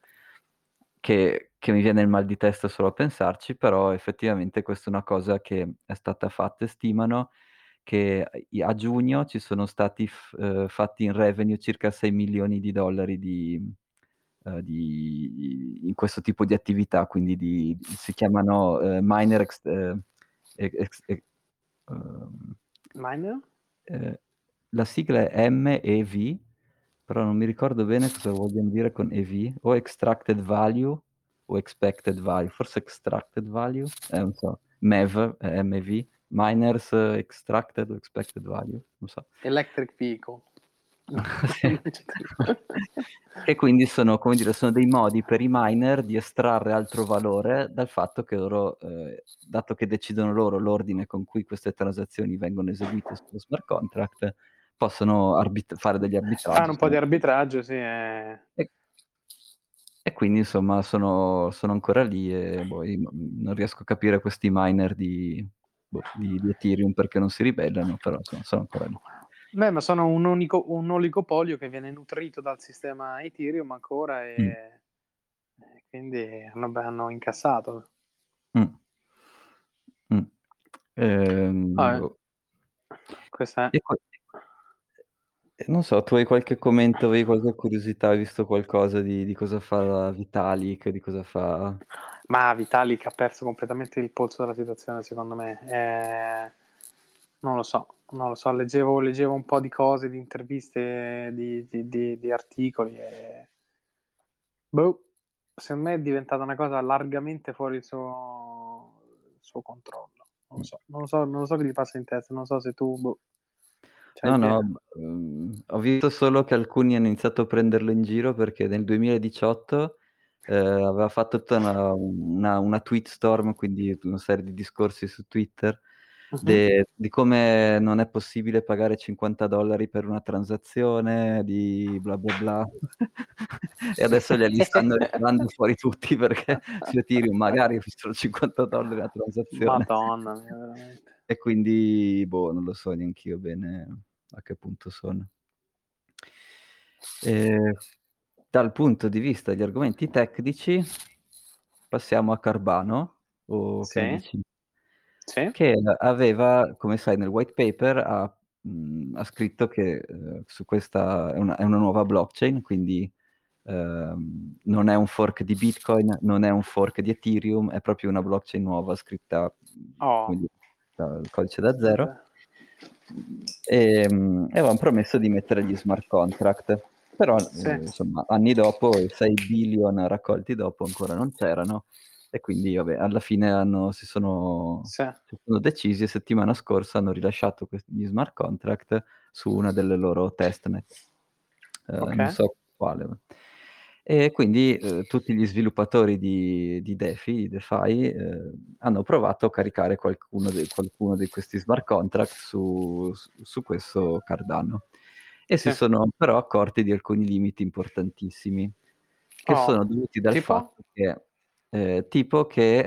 Che che mi viene il mal di testa solo a pensarci, però effettivamente questa è una cosa che è stata fatta e stimano che i a giugno ci sono stati f uhm, fatti in revenue circa sei milioni di dollari di uhm, di in questo tipo di attività, quindi di si chiamano, uhm, miner ex ehm, e ex e uhm Miner? Ehm, la sigla è M E V, però non mi ricordo bene cosa vogliano dire con E V, o extracted value o expected value, forse extracted value? Eh, non so, M E V, è M V. miners extracted o expected value, non so. Electric vehicle. Sì. E quindi sono, come dire, sono dei modi per i miner di estrarre altro valore dal fatto che loro, ehm, dato che decidono loro l'ordine con cui queste transazioni vengono eseguite sullo smart contract, possono arbit fare degli Fanno arbitraggi. un po' di arbitraggio, sì, e E e quindi insomma sono sono ancora lì e boh, io n non riesco a capire questi miner di boh, di di Ethereum perché non si ribellano, però insomma sono ancora lì. Beh, ma sono un unico un oligopolio che viene nutrito dal sistema Ethereum ancora, Mh. e e quindi hanno beh, hanno incassato. Mh. Mh. Ehm, Ah, boh. eh. Questa E è poi e non so, tu hai qualche commento, avevi qualche curiosità, hai visto qualcosa di di cosa fa Vitalik, di cosa fa Ma Vitalik ha perso completamente il polso della situazione secondo me. Ehm, non lo so, non lo so, leggevo leggevo un po' di cose, di interviste, di di di di articoli e boh, secondo me è diventata una cosa largamente fuori il suo il suo controllo. Non lo mh. so, non lo so non lo so che gli passa in testa, non so se tu, boh, c'hai No, no, idea. b uhm, ho visto solo che alcuni hanno iniziato a prenderlo in giro perché nel duemiladiciotto, ehm, aveva fatto tutta una una una tweet storm, quindi una serie di discorsi su Twitter, Mh-mh. de di come non è possibile pagare cinquanta dollari per una transazione, di bla bla bla. E adesso glieli stanno ritirando fuori tutti perché su Ethereum magari fossero cinquanta dollari la transazione. Madonna mia, veramente. E quindi, boh, non lo so neanch'io bene a che punto sono. Ehm, dal punto di vista di argomenti tecnici, passiamo a Cardano, o che ne Sì, dici? sì. Che aveva, come sai nel white paper ha mhmm, ha scritto che, ehm, su questa è una è una nuova blockchain, quindi, ehm, non è un fork di Bitcoin, non è un fork di Ethereum, è proprio una blockchain nuova scritta, mhmm, come Oh, dire, da codice da da zero. ze Mhmm, ehm, e avevan promesso di mettere gli smart contract. Però, Sì, ehm, insomma, anni dopo, i sei billion raccolti dopo ancora non c'erano e quindi vabbè, alla fine hanno si sono sì, si sono decisi e settimana scorsa hanno rilasciato questi gli smart contract su una delle loro testnet. Ehm, non okay. so quale. E quindi, uhm, tutti gli sviluppatori di di DeFi, di DeFi, ehm, hanno provato a caricare qualcuno de qualcuno di questi smart contract su s su questo Cardano e si Sì. sono però accorti di alcuni limiti importantissimi, che Oh, sono dovuti dal tipo? fatto che ehm, tipo che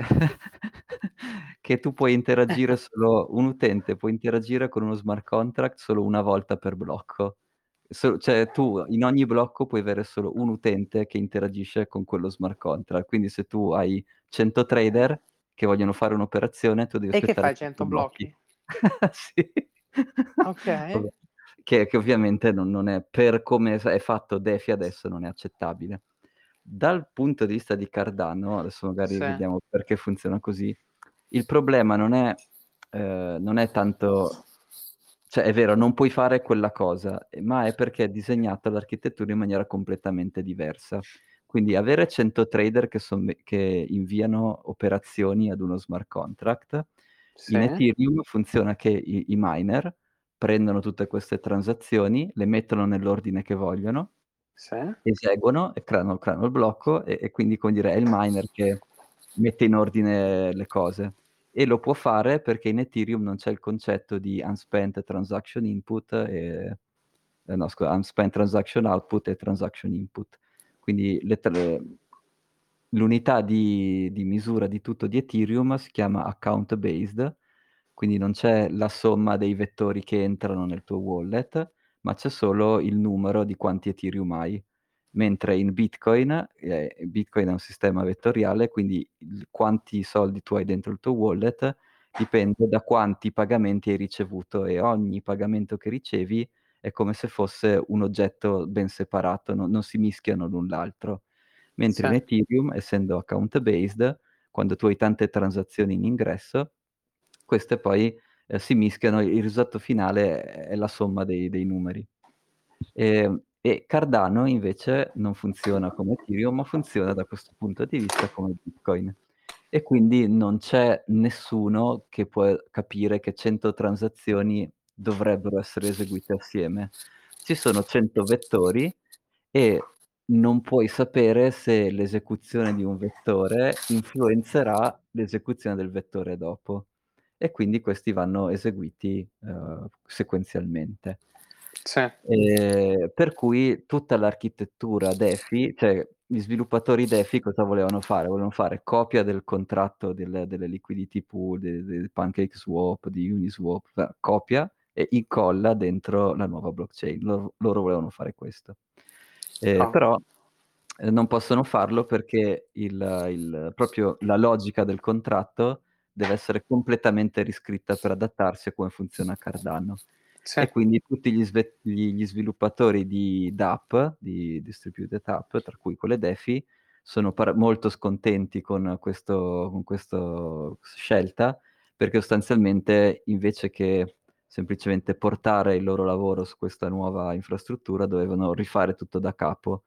che tu puoi interagire solo un utente può interagire con uno smart contract solo una volta per blocco. So cioè tu in ogni blocco puoi avere solo un utente che interagisce con quello smart contract. Quindi se tu hai cento trader che vogliono fare un'operazione, tu devi E che aspettare fai, cento cento blocchi. blocchi? Sì. Okay. Vabbè, che che ovviamente non non è per come s è fatto DeFi adesso non è accettabile. Dal punto di vista di Cardano, adesso magari Sì, vediamo perché funziona così, il problema non è ehm, non è tanto cioè è vero, non puoi fare quella cosa, ehm, ma è perché è disegnata l'architettura in maniera completamente diversa. Quindi avere cento trader che somme che inviano operazioni ad uno smart contract, sì, in Ethereum funziona che i i miner prendono tutte queste transazioni, le mettono nell'ordine che vogliono, sì, eseguono e creano creano il blocco e e quindi, come dire, è il miner che mette in ordine le cose. E lo può fare perché in Ethereum non c'è il concetto di unspent transaction input e ehm, no scusa, unspent transaction output e transaction input. Quindi le tr l'unità di di misura di tutto di Ethereum si chiama account based, quindi non c'è la somma dei vettori che entrano nel tuo wallet, ma c'è solo il numero di quanti Ethereum hai. Mentre in Bitcoin, ehm, Bitcoin è un sistema vettoriale, quindi il quanti soldi tu hai dentro il tuo wallet dipende da quanti pagamenti hai ricevuto e ogni pagamento che ricevi è come se fosse un oggetto ben separato, no non si mischiano l'un l'altro. Mentre sì, in Ethereum, essendo account based, quando tu hai tante transazioni in ingresso, queste poi, ehm, si mischiano, il risultato finale è è la somma dei dei numeri. Ehm, e Cardano invece non funziona come Ethereum, ma funziona da questo punto di vista come Bitcoin. e quindi non c'è nessuno che può capire che cento transazioni dovrebbero essere eseguite assieme. Ci sono cento vettori e non puoi sapere se l'esecuzione di un vettore influenzerà l'esecuzione del vettore dopo e quindi questi vanno eseguiti, uhm, sequenzialmente. Sì. Ehm, per cui tutta l'architettura DeFi cioè gli sviluppatori DeFi cosa volevano fare? Volevano fare copia del contratto del delle liquidity pool, de del PancakeSwap, di Uniswap, fa copia e incolla dentro la nuova blockchain. Loro loro volevano fare questo. Ehm, Ah, però, ehm, non possono farlo perché il il proprio la logica del contratto deve essere completamente riscritta per adattarsi a come funziona Cardano. sì, E quindi tutti gli sve gli gli sviluppatori di dApp, di distributed app, tra cui quelle DeFi, sono par molto scontenti con questo con questo scelta, perché sostanzialmente invece che semplicemente portare il loro lavoro su questa nuova infrastruttura, dovevano rifare tutto da capo.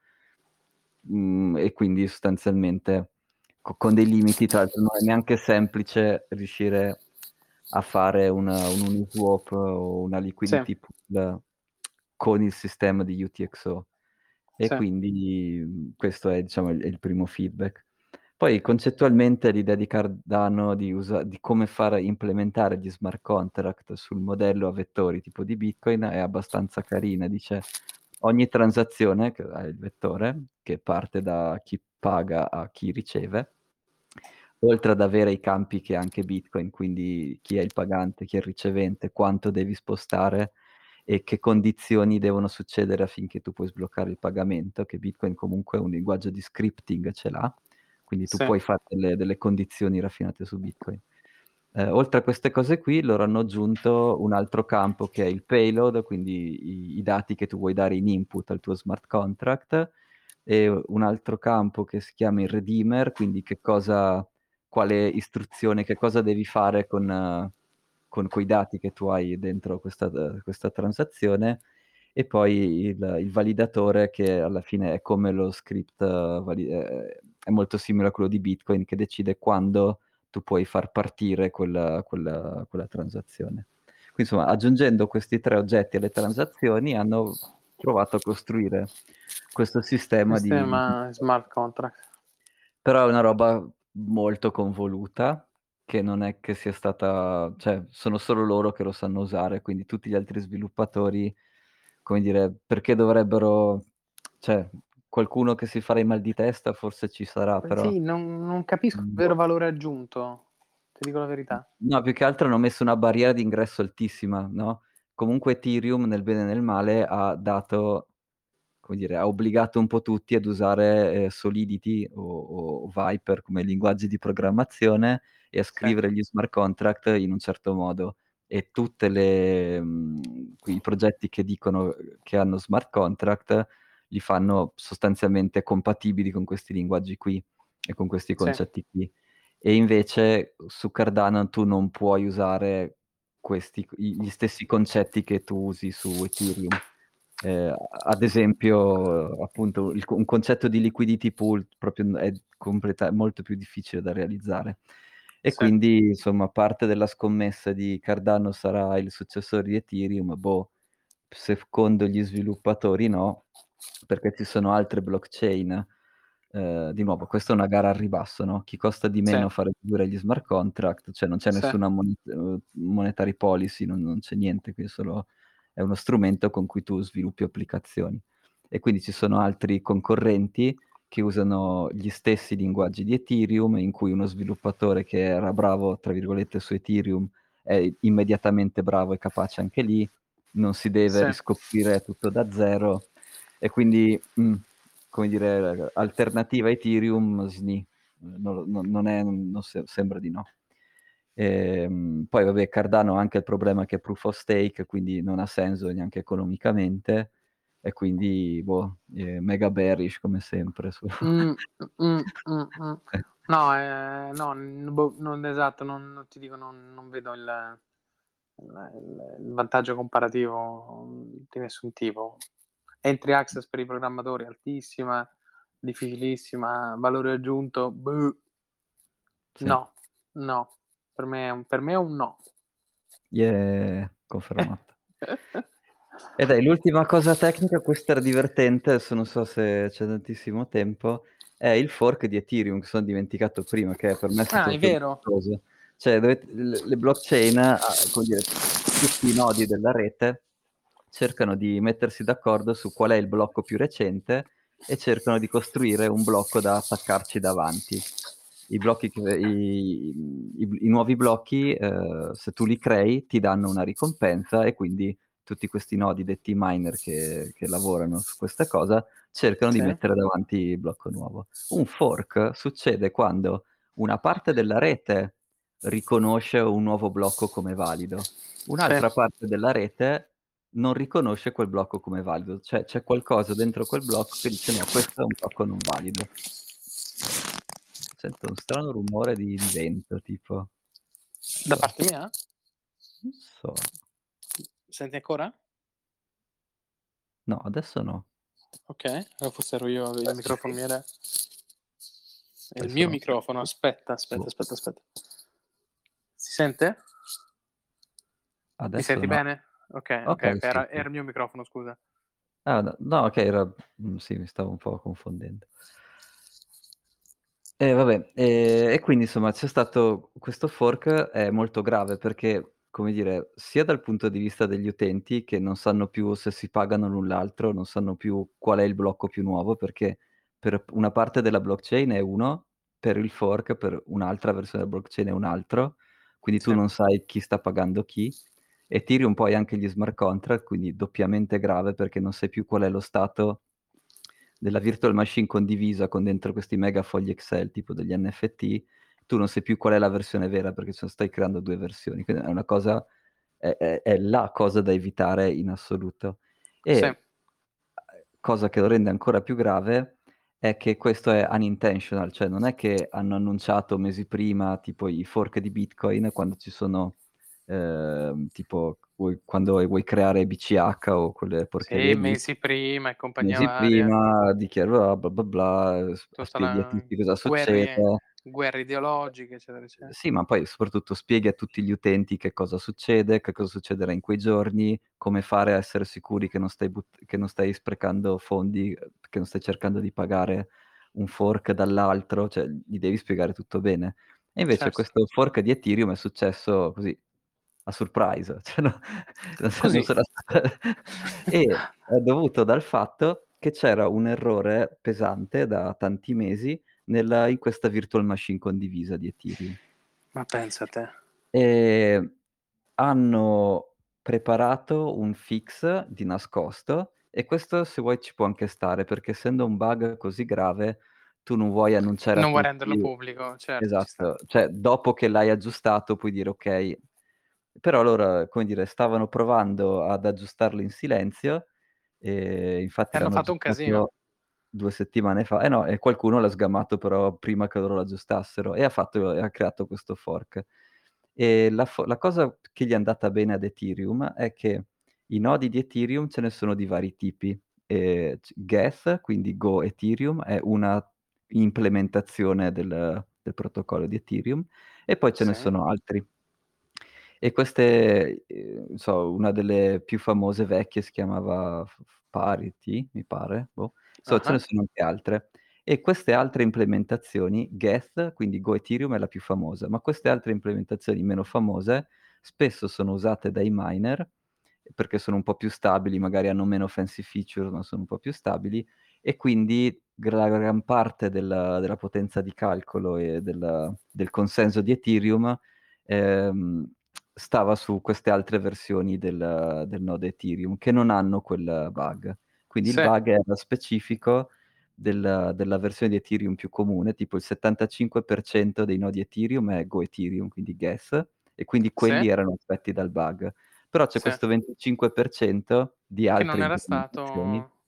Mhmm, e quindi sostanzialmente co con dei limiti, tra l'altro non è neanche semplice riuscire a fare un un Uniswap o una sì, liquidity pool con il sistema di U T X O. E sì, quindi, mhmm, questo è diciamo il il primo feedback. Poi concettualmente l'idea di Cardano di usa di come far implementare gli smart contract sul modello a vettori tipo di Bitcoin è abbastanza carina. Dice: ogni transazione che ha il vettore, che parte da chi paga a chi riceve, oltre ad avere i campi che ha anche Bitcoin, quindi chi è il pagante, chi è il ricevente, quanto devi spostare e che condizioni devono succedere affinché tu puoi sbloccare il pagamento, che Bitcoin comunque un linguaggio di scripting ce l'ha, quindi tu sì, puoi fare delle delle condizioni raffinate su Bitcoin. Ehm, oltre a queste cose qui, loro hanno aggiunto un altro campo che è il payload, quindi i i dati che tu vuoi dare in input al tuo smart contract, e un altro campo che si chiama il redeemer, quindi che cosa quale istruzione, che cosa devi fare con con quei dati che tu hai dentro questa d questa transazione, e poi il il validatore che alla fine è come lo script vali ehm, è molto simile a quello di Bitcoin che decide quando tu puoi far partire quella quella quella transazione. Qui insomma, aggiungendo questi tre oggetti alle transazioni, hanno provato a costruire questo sistema di di sistema smart contract. però è una roba molto convoluta, che non è che sia stata cioè sono solo loro che lo sanno usare, quindi tutti gli altri sviluppatori, come dire, perché dovrebbero cioè qualcuno che si farà i mal di testa forse ci sarà, Eh però sì, non non capisco il mhmm, vero valore aggiunto, ti dico la verità. no, più che altro hanno messo una barriera d'ingresso altissima, no, comunque Ethereum nel bene e nel male ha dato come dire, ha obbligato un po' tutti ad usare, ehm, Solidity o o Vyper come linguaggi di programmazione e a Sì, scrivere gli smart contract in un certo modo. E tutte le mhmm, quei progetti che dicono, uhm, che hanno smart contract, li fanno sostanzialmente compatibili con questi linguaggi qui e con questi sì, concetti qui. E invece su Cardano tu non puoi usare questi q i gli stessi concetti che tu usi su Ethereum. Ehm, ad esempio, appunto, il co un concetto di liquidity pool proprio n è completa molto più difficile da realizzare. E sì, quindi, insomma, parte della scommessa di Cardano sarà il successore di Ethereum, boh, secondo gli sviluppatori no, perché ci sono altre blockchain. Ehm, di nuovo, questa è una gara al ribasso, no, chi costa di sì, meno a fare eseguire gli smart contract, cioè non c'è sì, nessuna monet uhm, monetary policy, non non c'è niente, qui è solo è uno strumento con cui tu sviluppi applicazioni. E quindi ci sono altri concorrenti che usano gli stessi linguaggi di Ethereum, in cui uno sviluppatore che era "bravo" tra virgolette su Ethereum è immediatamente bravo e capace anche lì, non si deve sì. riscoprire tutto da zero e quindi, mhmm, come dire, alternativa a Ethereum sni, non lo non non è non se sembra di no. Ehm, poi vabbè Cardano ha anche il problema che è proof of stake, quindi non ha senso neanche economicamente e quindi boh, ehm, mega bearish come sempre su Mh, mh, mh, mh. eh, No, ehm, no, n boh, non esatto, non non ti dico, non non vedo il il il il vantaggio comparativo, mhmm, di nessun tipo. Entry access per i programmatori altissima, difficilissima, valore aggiunto boh. Sì. No, no. Per me è un per me è un no. Yeah, confermato. E dai, l'ultima cosa tecnica, questa era divertente, adesso non so se c'è tantissimo tempo, è il fork di Ethereum, che son dimenticato prima, che per me è Ah, stato è il più vero? cosa. Cioè dovet l le blockchain, a come dire, tutti i nodi della rete cercano di mettersi d'accordo su qual è il blocco più recente e cercano di costruire un blocco da attaccarci davanti. I blocchi che i mhmm, i b i nuovi blocchi, ehm, se tu li crei, ti danno una ricompensa e quindi tutti questi nodi, detti miner, che che lavorano su questa cosa, cercano di Sì, mettere davanti il blocco nuovo. Un fork succede quando una parte della rete riconosce un nuovo blocco come valido, sì. un'altra parte della rete non riconosce quel blocco come valido, cioè c'è qualcosa dentro quel blocco che dice: "No, questo è un blocco non valido." Sento un strano rumore di di vento tipo. Da So. parte mia? Non so. Senti ancora? No, adesso no. Okay, allora forse ero io, il Adesso microfono sì. mi era è il Adesso mio no. microfono, aspetta, aspetta, Boh. aspetta, aspetta. Si sente? Mi Adesso senti no. bene? Okay, okay, Okay, okay, sì, era sì. era il mio microfono, scusa. Ah, no no, okay, era mhmm, sì, mi stavo un po' confondendo. E vabbè, ehm, e quindi insomma c'è stato questo fork, è molto grave perché, come dire, sia dal punto di vista degli utenti che non sanno più se si pagano l'un l'altro, non sanno più qual è il blocco più nuovo, perché per p una parte della blockchain è uno, per il fork, per un'altra versione della blockchain è un altro, quindi tu Sì, non sai chi sta pagando chi. Ethereum poi ha anche gli smart contract, quindi doppiamente grave perché non sai più qual è lo stato della virtual machine condivisa con dentro questi mega fogli Excel tipo degli N F T, tu non sai più qual è la versione vera perché ce ne stai creando due versioni. Quindi è una cosa è è è la cosa da evitare in assoluto. E, sì. uhm, cosa che lo rende ancora più grave è che questo è unintentional, cioè non è che hanno annunciato mesi prima, tipo i fork di Bitcoin, quando ci sono, ehm, tipo vuoi quando vuoi creare B C H o quelle Sì, porcherie lì mesi prima e compagnia mesi varia, prima dichiarerà bla bla bla, ehm, s tutta spieghi a la tutti cosa guerre succede. guerre ideologiche, eccetera, Uhm, ecce sì, ma poi soprattutto spieghi a tutti gli utenti che cosa succede, che cosa succederà in quei giorni, come fare a essere sicuri che non stai but che non stai sprecando fondi, uhm, che non stai cercando di pagare un fork dall'altro, cioè gli devi spiegare tutto bene. E invece certo. questo fork di Ethereum è successo così, a surprise, cioè no non se non Così. se l'aspe e è dovuto dal fatto che c'era un errore pesante da tanti mesi nella in questa virtual machine condivisa di Ethereum. Ma pensa te. Ehm, hanno preparato un fix di nascosto e questo se vuoi ci può anche stare, perché essendo un bug così grave tu non vuoi annunciare a Non vuoi renderlo tutti pubblico, certo, ci sta. esatto, cioè dopo che l'hai aggiustato puoi dire: "Okay." Però loro, come dire, stavano provando ad aggiustarlo in silenzio, e E infatti hanno l'hanno fatto un casino. aggiustato due settimane fa eh no, e qualcuno l'ha sgamato però prima che loro lo aggiustassero e ha fatto e ha creato questo fork. E la fo la cosa che gli è andata bene ad Ethereum è che i nodi di Ethereum ce ne sono di vari tipi, ehm, c Geth, quindi Go Ethereum, è una implementazione del del protocollo di Ethereum e poi ce ne Sì. sono altri. E queste, ehm, non so, una delle più famose vecchie si chiamava F F Parity, mi pare, boh, insomma ce ne Ah-ah. sono anche altre. E queste altre implementazioni, Geth, quindi Go Ethereum è la più famosa, ma queste altre implementazioni meno famose spesso sono usate dai miner, perché sono un po' più stabili, magari hanno meno fancy feature, ma sono un po' più stabili e quindi gra gran parte della della potenza di calcolo e del del consenso di Ethereum, ehm, stava su queste altre versioni del del nodo Ethereum che non hanno quel bug. Quindi il Sì, bug era specifico del della versione di Ethereum più comune, tipo il settantacinque per cento dei nodi Ethereum è Go Ethereum, quindi Geth, e quindi sì, quelli erano affetti dal bug. Però c'è sì. questo venticinque per cento di Che altre non era implementazioni stato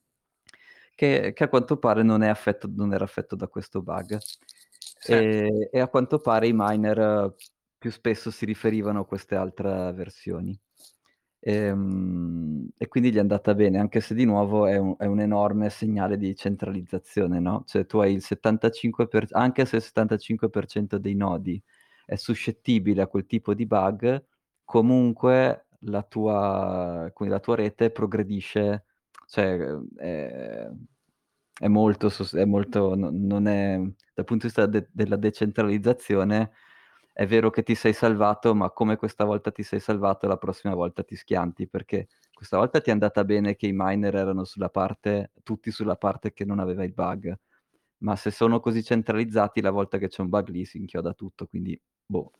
che che a quanto pare non è affetto non era affetto da questo bug. sì. Ehm, e a quanto pare i miner più spesso si riferivano a queste altre versioni. Ehm, e quindi gli è andata bene, anche se di nuovo è un è un enorme segnale di centralizzazione, no, cioè tu hai il settantacinque per anche se il settantacinque per cento dei nodi è suscettibile a quel tipo di bug, comunque la tua quindi la tua rete progredisce, cioè, ehm, è è molto sos è molto no non è dal punto di vista de della decentralizzazione, è vero che ti sei salvato, ma come questa volta ti sei salvato, la prossima volta ti schianti, perché questa volta ti è andata bene che i miner erano sulla parte tutti sulla parte che non aveva il bug, ma se sono così centralizzati, la volta che c'è un bug lì si inchioda tutto, quindi boh.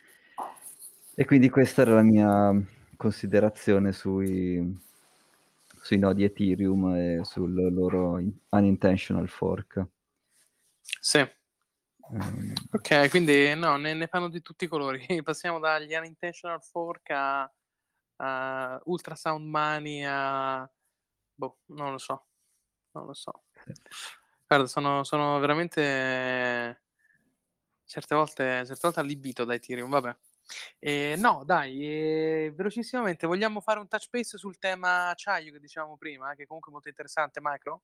E quindi questa era la mia considerazione sui sui nodi Ethereum e sul loro in unintentional fork. Sì. Ehm, Ok, quindi no, ne, ne fanno di tutti i colori. Passiamo dagli unintentional fork a, a ultrasound money a... Boh, non lo so, non lo so. sì. Guarda, sono, sono veramente certe volte, certe volte allibito da Ethereum, vabbè. Eh, no, dai, eh, velocissimamente, vogliamo fare un touch base sul tema acciaio che dicevamo prima, che comunque è molto interessante, macro?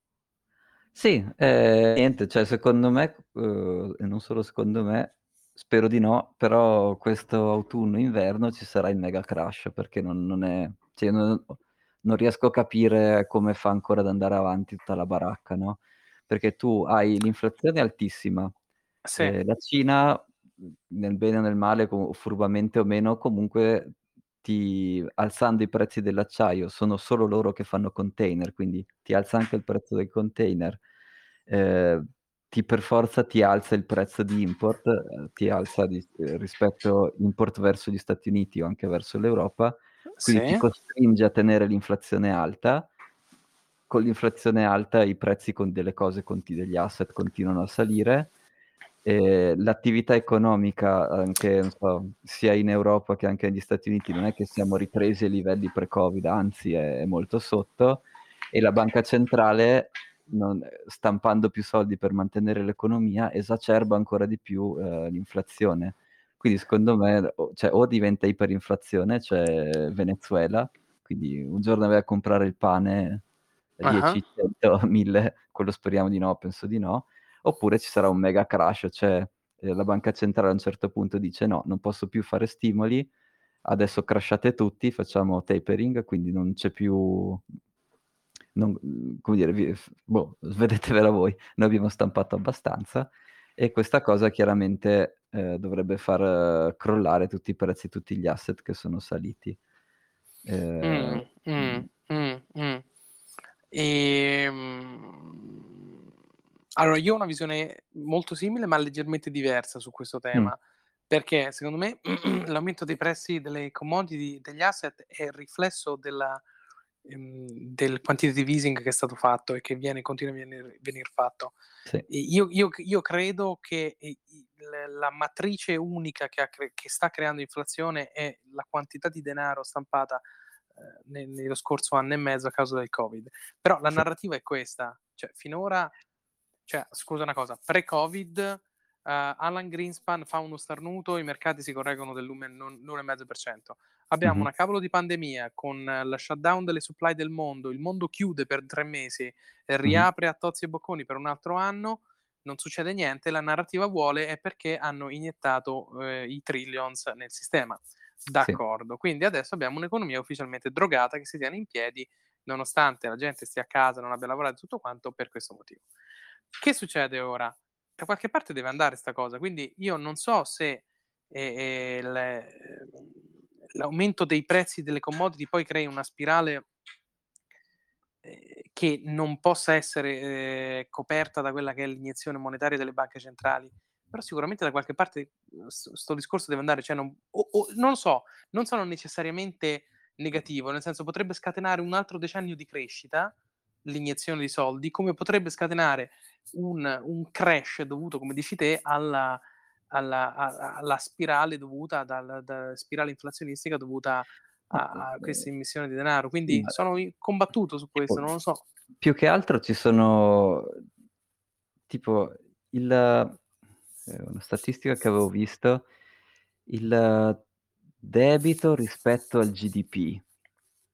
Sì, ehm, niente, cioè secondo me, uhm, e non solo secondo me, spero di no, però questo autunno-inverno ci sarà il mega crash perché non non è cioè non non riesco a capire come fa ancora ad andare avanti tutta la baracca, no, perché tu hai l'inflazione altissima, Sì, ehm, la Cina, mhmm, nel bene o nel male, co furbamente o meno, comunque ti alzando i prezzi dell'acciaio, sono solo loro che fanno container, quindi ti alza anche il prezzo del container, ehm, ti per forza ti alza il prezzo di import, ehm, ti alza di ehm, rispetto import verso gli Stati Uniti o anche verso l'Europa, quindi ti sì, costringe a tenere l'inflazione alta. Con l'inflazione alta i prezzi con delle cose conti degli asset continuano a salire, ehm, l'attività economica anche, non so, sia in Europa che anche negli Stati Uniti non è che siamo ripresi ai livelli pre-Covid, anzi è è molto sotto, e la banca centrale non ehm, stampando più soldi per mantenere l'economia, esacerba ancora di più, ehm, l'inflazione. Quindi secondo me o cioè o diventa iperinflazione, cioè Venezuela, quindi un giorno vai a comprare il pane ah-ah, dieci, cento, mille, quello speriamo di no, penso di no, oppure ci sarà un mega crash, cioè, ehm, la banca centrale a un certo punto dice: "No, non posso più fare stimoli, adesso crashate tutti, facciamo tapering, quindi non c'è più non mhmm, come dire, vi f boh, svedetevela voi, noi abbiamo stampato abbastanza", e questa cosa chiaramente, ehm, dovrebbe far crollare tutti i prezzi, tutti gli asset che sono saliti. Ehm, mh, mh, mhmm, mh, mh. Ehm, allora io ho una visione molto simile, ma leggermente diversa su questo mh, tema, perché secondo me l'aumento dei prezzi delle commodity, degli asset è il riflesso della ehm, del quantitative easing che è stato fatto e che viene continua a venir venir fatto. sì, E io io c io credo che i i l la matrice unica che ha cre che sta creando inflazione è la quantità di denaro stampata, ehm, ne nello scorso anno e mezzo a causa del Covid. Però la sì, narrativa è questa, cioè finora cioè scusa una cosa, pre-Covid, ehm, Alan Greenspan fa uno starnuto, i mercati si correggono dell'uno e non l'uno e mezzo per cento. Abbiamo mh-mh, una cavolo di pandemia con la shutdown delle supply del mondo, il mondo chiude per tre mesi e mh-mh, riapre a tozzi e bocconi per un altro anno, non succede niente, la narrativa vuole è perché hanno iniettato, ehm, i trillions nel sistema. sì. D'accordo, quindi adesso abbiamo un'economia ufficialmente drogata che si tiene in piedi nonostante la gente stia a casa, non abbia lavorato e tutto quanto per questo motivo. Che succede ora? Da qualche parte deve andare 'sta cosa, quindi io non so se, ehm, ehm, le ehm, l'aumento dei prezzi delle commodity poi crei una spirale ehm, che non possa essere, ehm, coperta da quella che è l'iniezione monetaria delle banche centrali, però sicuramente da qualche parte, uhm, st sto discorso deve andare, cioè non o o non lo so, non sono necessariamente negativo, nel senso potrebbe scatenare un altro decennio di crescita, l'iniezione di soldi, come potrebbe scatenare un un crash dovuto, come dici te, alla alla a alla spirale dovuta dal da spirale inflazionistica dovuta Ma, a a questa ehm, immissione di denaro. sì, Quindi ma sono i combattuto su questo, tipo non lo so. più che altro ci sono tipo il ehm, una statistica che avevo visto, il debito rispetto al G D P.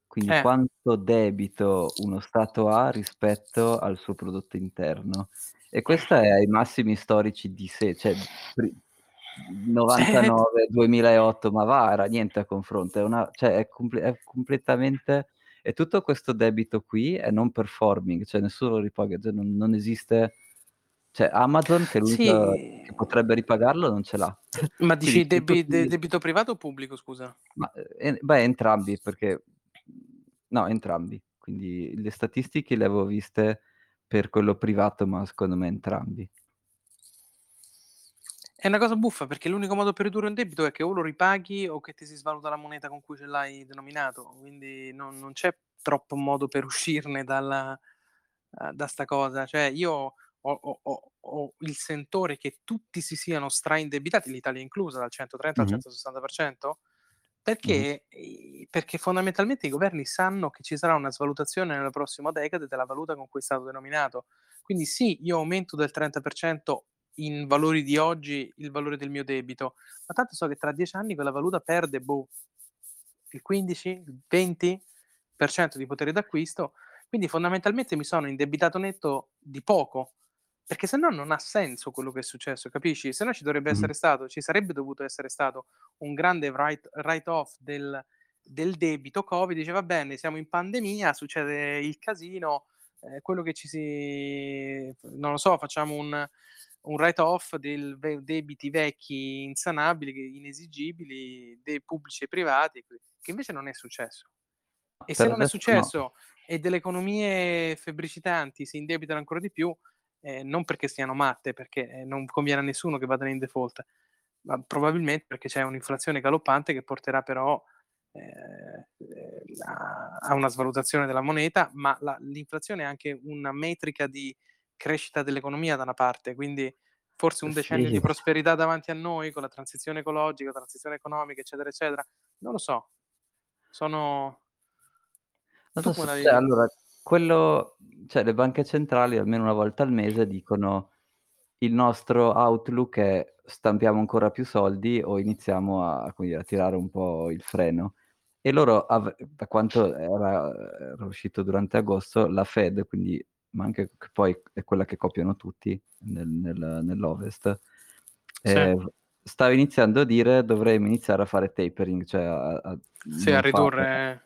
quindi Eh. quanto debito uno Stato ha rispetto al suo prodotto interno. E questa è ai massimi storici di se cioè pri Eh. novantanove, duemilaotto, ma va, era niente a confronto, è una cioè è comple è completamente e tutto questo debito qui è non performing, cioè nessuno lo ripaga, cioè non non esiste cioè Amazon che è l'unica che Sì. potrebbe ripagarlo non ce l'ha. Ma Quindi dici son debi de tutti debito privato o pubblico, scusa? ma, ehm, beh entrambi perché mhmm, no entrambi. Quindi le statistiche le avevo viste per quello privato, ma secondo me entrambi. È una cosa buffa perché l'unico modo per ridurre un debito è che o lo ripaghi o che ti si svaluta la moneta con cui ce l'hai denominato, quindi non non c'è troppo modo per uscirne dalla uhm, da 'sta cosa. Cioè io ho ho ho ho il sentore che tutti si siano straindebitati, l'Italia inclusa, dal centotrenta al Mh-mh. centosessanta per cento, Mh-mh. perché i perché fondamentalmente i governi sanno che ci sarà una svalutazione nella prossima decade della valuta con cui è stato denominato. Quindi sì, io aumento del trenta per cento in valori di oggi il valore del mio debito, ma tanto so che tra dieci anni quella valuta perde, boh, il quindici, il venti per cento di potere d'acquisto, quindi fondamentalmente mi sono indebitato netto di poco, perché se no non ha senso quello che è successo, capisci? Se no ci dovrebbe Mh-mh. essere stato ci sarebbe dovuto essere stato un grande write write off del del debito Covid, dice: "Va bene, siamo in pandemia, succede il casino, ehm, quello che ci si f non lo so, facciamo un un write off del ve debiti vecchi insanabili, che inesigibili, dei pubblici e privati", que che invece non è successo. E se Per non è adesso no. successo e delle economie febbricitanti si indebitano ancora di più, ehm, non perché siano matte, perché, ehm, non conviene a nessuno che vadano in default, ma probabilmente perché c'è un'inflazione galoppante che porterà però, ehm, ehm, a a una svalutazione della moneta, ma la l'inflazione è anche una metrica di crescita dell'economia da una parte, quindi forse un decennio Sì. di prosperità davanti a noi con la transizione ecologica, transizione economica, eccetera, eccetera. Non lo so. Sono Non tu lo come so, la cioè vedi? allora quello cioè le banche centrali almeno una volta al mese dicono: "Il nostro outlook è stampiamo ancora più soldi o iniziamo a come dire, a tirare un po' il freno." E loro av da quanto era era uscito durante agosto, la Fed, quindi ma anche che poi è quella che copiano tutti nel nel nell'Ovest, Sì, ehm, stava iniziando a dire: "Dovremmo iniziare a fare tapering", cioè a a sì, a non fare ridurre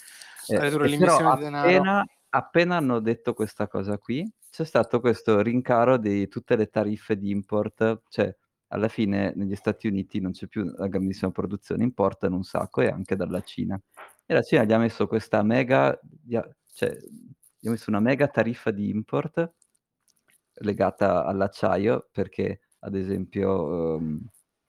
a eh, ridurre e però l'emissione di denaro. appena appena hanno detto questa cosa qui, c'è stato questo rincaro di tutte le tariffe di import, cioè alla fine negli Stati Uniti non c'è più la grandissima produzione, importano un sacco e anche dalla Cina. E la Cina gli ha messo questa mega gli ha cioè, gli ha messo una mega tariffa di import legata all'acciaio perché, ad esempio, uhm,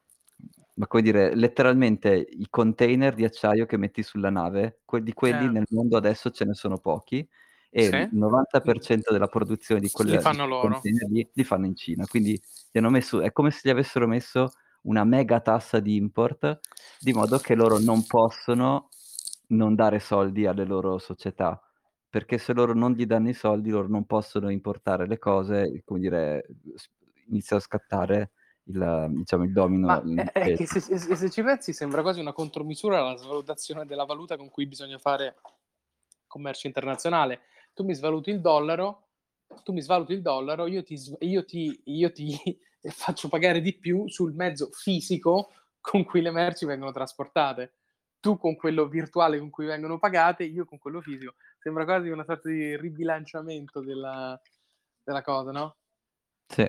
ma come dire, letteralmente i container di acciaio che metti sulla nave, que di quelli Eh, nel mondo adesso ce ne sono pochi e il sì, novanta per cento della produzione di li quel di fanno quei loro. container lì, li fanno in Cina. Quindi gli hanno messo è come se gli avessero messo una mega tassa di import, di modo che loro non possono non dare soldi alle loro società, perché se loro non gli danno i soldi, loro non possono importare le cose, e come dire, s inizia a scattare il diciamo il domino Ma è è l'industria che se se se se ci pensi sembra quasi una contromisura alla svalutazione della valuta con cui bisogna fare commercio internazionale. Tu mi svaluti il dollaro tu mi svaluti il dollaro, io ti s io ti io ti faccio pagare di più sul mezzo fisico con cui le merci vengono trasportate. Tu con quello virtuale con cui vengono pagate, io con quello fisico. Sembra quasi una sorta di ribilanciamento della della cosa, no? sì.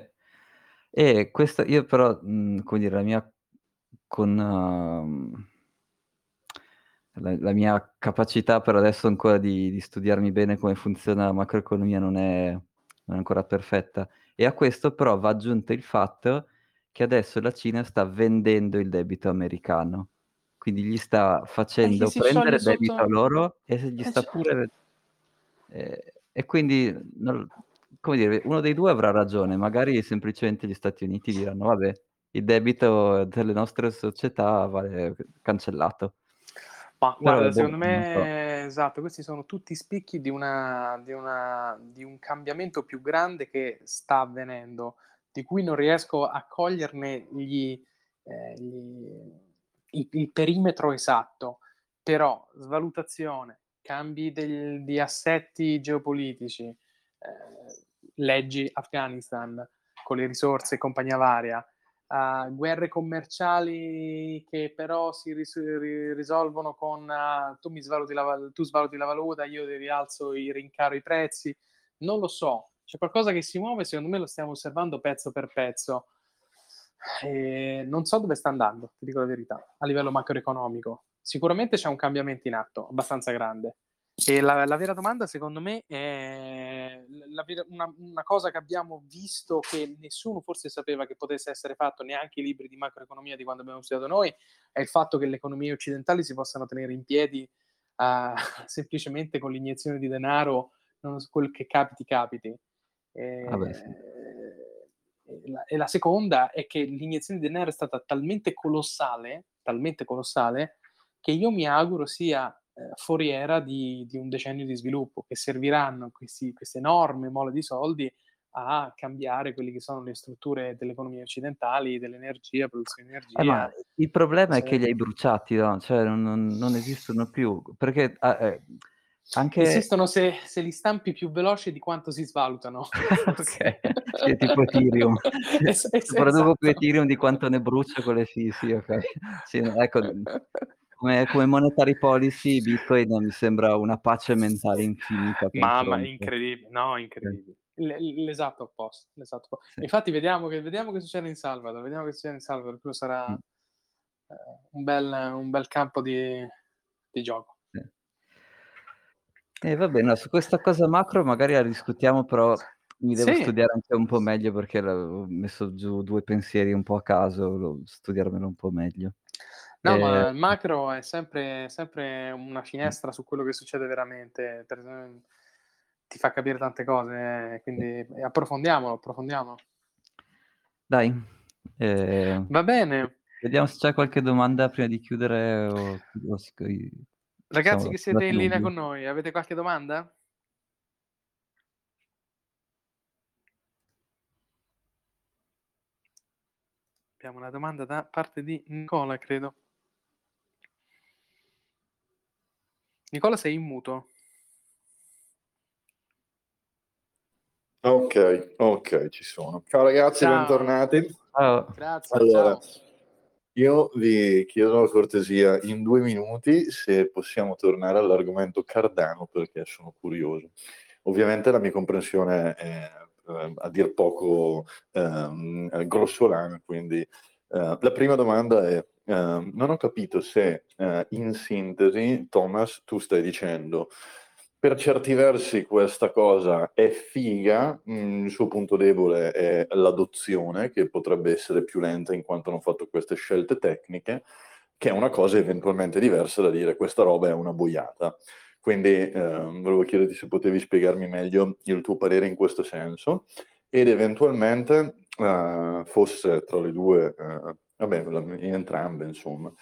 E questa io però, mhmm, come dire, la mia con mhmm, la la mia capacità per adesso ancora di di studiarmi bene come funziona la macroeconomia non è non è ancora perfetta. E a questo però va aggiunto il fatto che adesso la Cina sta vendendo il debito americano, quindi gli sta E che facendo si scioglie prendere debito a sotto loro e se gli eh sta certo. pure ehm, e quindi non come dire, uno dei due avrà ragione, magari semplicemente gli Stati Uniti diranno: "Vabbè, il debito delle nostre società va c cancellato." Ma Però guarda, boh, secondo non so. me esatto, questi sono tutti spicchi di una di una di un cambiamento più grande che sta avvenendo, di cui non riesco a coglierne gli ehm, gli il il perimetro esatto. Però svalutazione, cambi del di assetti geopolitici, ehm, leggi Afghanistan con le risorse e compagnia varia, a guerre commerciali che però si ris ri risolvono con uh, tu mi svaluti la val tu svaluti la valuta, io ti rialzo i rincaro i prezzi. Non lo so, c'è qualcosa che si muove, secondo me lo stiamo osservando pezzo per pezzo. Ehm, non so dove sta andando, ti dico la verità, a livello macroeconomico. Sicuramente c'è un cambiamento in atto, abbastanza grande. E la la vera domanda secondo me è l la vera una una cosa che abbiamo visto che nessuno forse sapeva che potesse essere fatto, neanche i libri di macroeconomia di quando abbiamo studiato noi, è il fatto che le economie occidentali si possano tenere in piedi, uhm, semplicemente con l'iniezione di denaro, non s quel che capiti, capiti. Ah beh, sì. Ehm, e la e la seconda è che l'iniezione di denaro è stata talmente colossale, talmente colossale, che io mi auguro sia, ehm, foriera di di un decennio di sviluppo, che serviranno questi queste enorme mole di soldi a cambiare quelli che sono le strutture delle economie occidentali, dell'energia, produzione di Eh, ma energia, il problema è che li eccetera. hai bruciati, no, cioè non non non esistono più, perché a ehm, anche Esistono se se li stampi più veloce di quanto si svalutano, forse. okay, sì, tipo Ethereum. Se Es es se produco più esatto. Ethereum di quanto ne brucio quelle sì, sì, okay. Sì, no, ecco, mhmm, come come monetary policy Bitcoin mi sembra una pace mentale infinita a Mamma, confronto. incredibile, no, Sì, incredibile. L l'esatto opposto, l'esatto oppo sì. infatti vediamo che vediamo che succede in Salvador, vediamo che succede in Salvador, quello sarà, Mh, ehm, un bel un bel campo di di gioco. sì. Eh vabbè, no, su questa cosa macro magari la discutiamo, però mi devo Sì. studiare anche un po' meglio perché l'avevo messo giù due pensieri un po' a caso, volevo studiarmelo un po' meglio. No, Ehm, ma il macro è sempre sempre una mh, finestra su quello che succede veramente, per esem ti fa capire tante cose, sì. quindi approfondiamolo, approfondiamolo. Dai, ehm, Va bene. vediamo se c'è qualche domanda prima di chiudere o o s ci Ragazzi siamo che siete andati in linea lunghi. con noi, avete qualche domanda? Abbiamo una domanda da parte di Nicola, credo. Nicola sei in muto. Okay, okay, ci sono. Ciao ragazzi, Ciao, bentornati. Ciao. grazie, Allora, ciao. io vi chiedo la cortesia in due minuti se possiamo tornare all'argomento Cardano, perché sono curioso. Ovviamente la mia comprensione è, ehm, a dir poco, ehm, ehm, grossolana, quindi, ehm, la prima domanda è, ehm, non ho capito se, ehm, in sintesi, Thomas, tu stai dicendo per certi versi questa cosa è figa, mhmm, il suo punto debole è l'adozione, che potrebbe essere più lenta in quanto hanno fatto queste scelte tecniche, che è una cosa eventualmente diversa da dire: "Questa roba è una boiata". Quindi, ehm, volevo chiederti se potevi spiegarmi meglio il tuo parere in questo senso ed eventualmente, ehm, fosse tra le due, ehm, vabbè, la in entrambe insomma,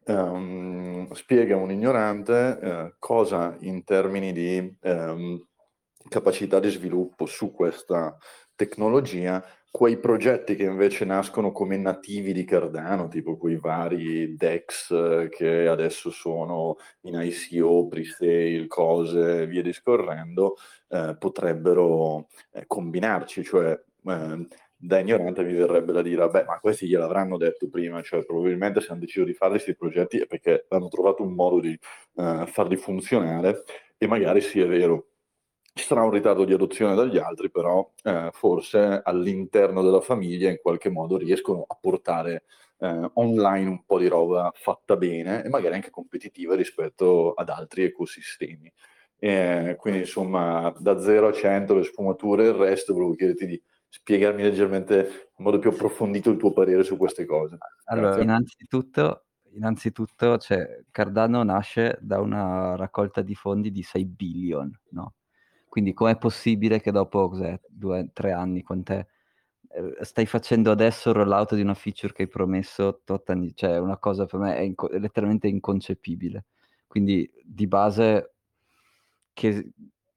ehm, spiega a un ignorante, ehm, cosa in termini di, ehm, capacità di sviluppo su questa tecnologia, quei progetti che invece nascono come nativi di Cardano, tipo quei vari DEX eh, che adesso sono in I C O, pre-sale, cose, e via discorrendo, ehm, potrebbero, ehm, combinarci. Cioè, ehm, da ignorante mi verrebbe da dire: "Vabbè, ma questi gliel'avranno detto prima", cioè probabilmente se han deciso di fare 'sti progetti è perché hanno trovato un modo di, ehm, farli funzionare e magari sì, è vero, ci sarà un ritardo di adozione dagli altri, però, ehm, forse all'interno della famiglia in qualche modo riescono a portare, ehm, online un po' di roba fatta bene e magari anche competitiva rispetto ad altri ecosistemi. Ehm, quindi insomma da zero a cento le sfumature e il resto, volevo chiederti di spiegarmi leggermente in modo più approfondito il tuo parere su queste cose. Allora, Grazie. innanzitutto innanzitutto, cioè, Cardano nasce da una raccolta di fondi di sei billion, no, quindi com'è possibile che dopo cos'è, due, tre anni, quant'è, ehm, stai facendo adesso il rollout di una feature che hai promesso tot anni, cioè una cosa per me è inco è letteralmente inconcepibile. Quindi di base che s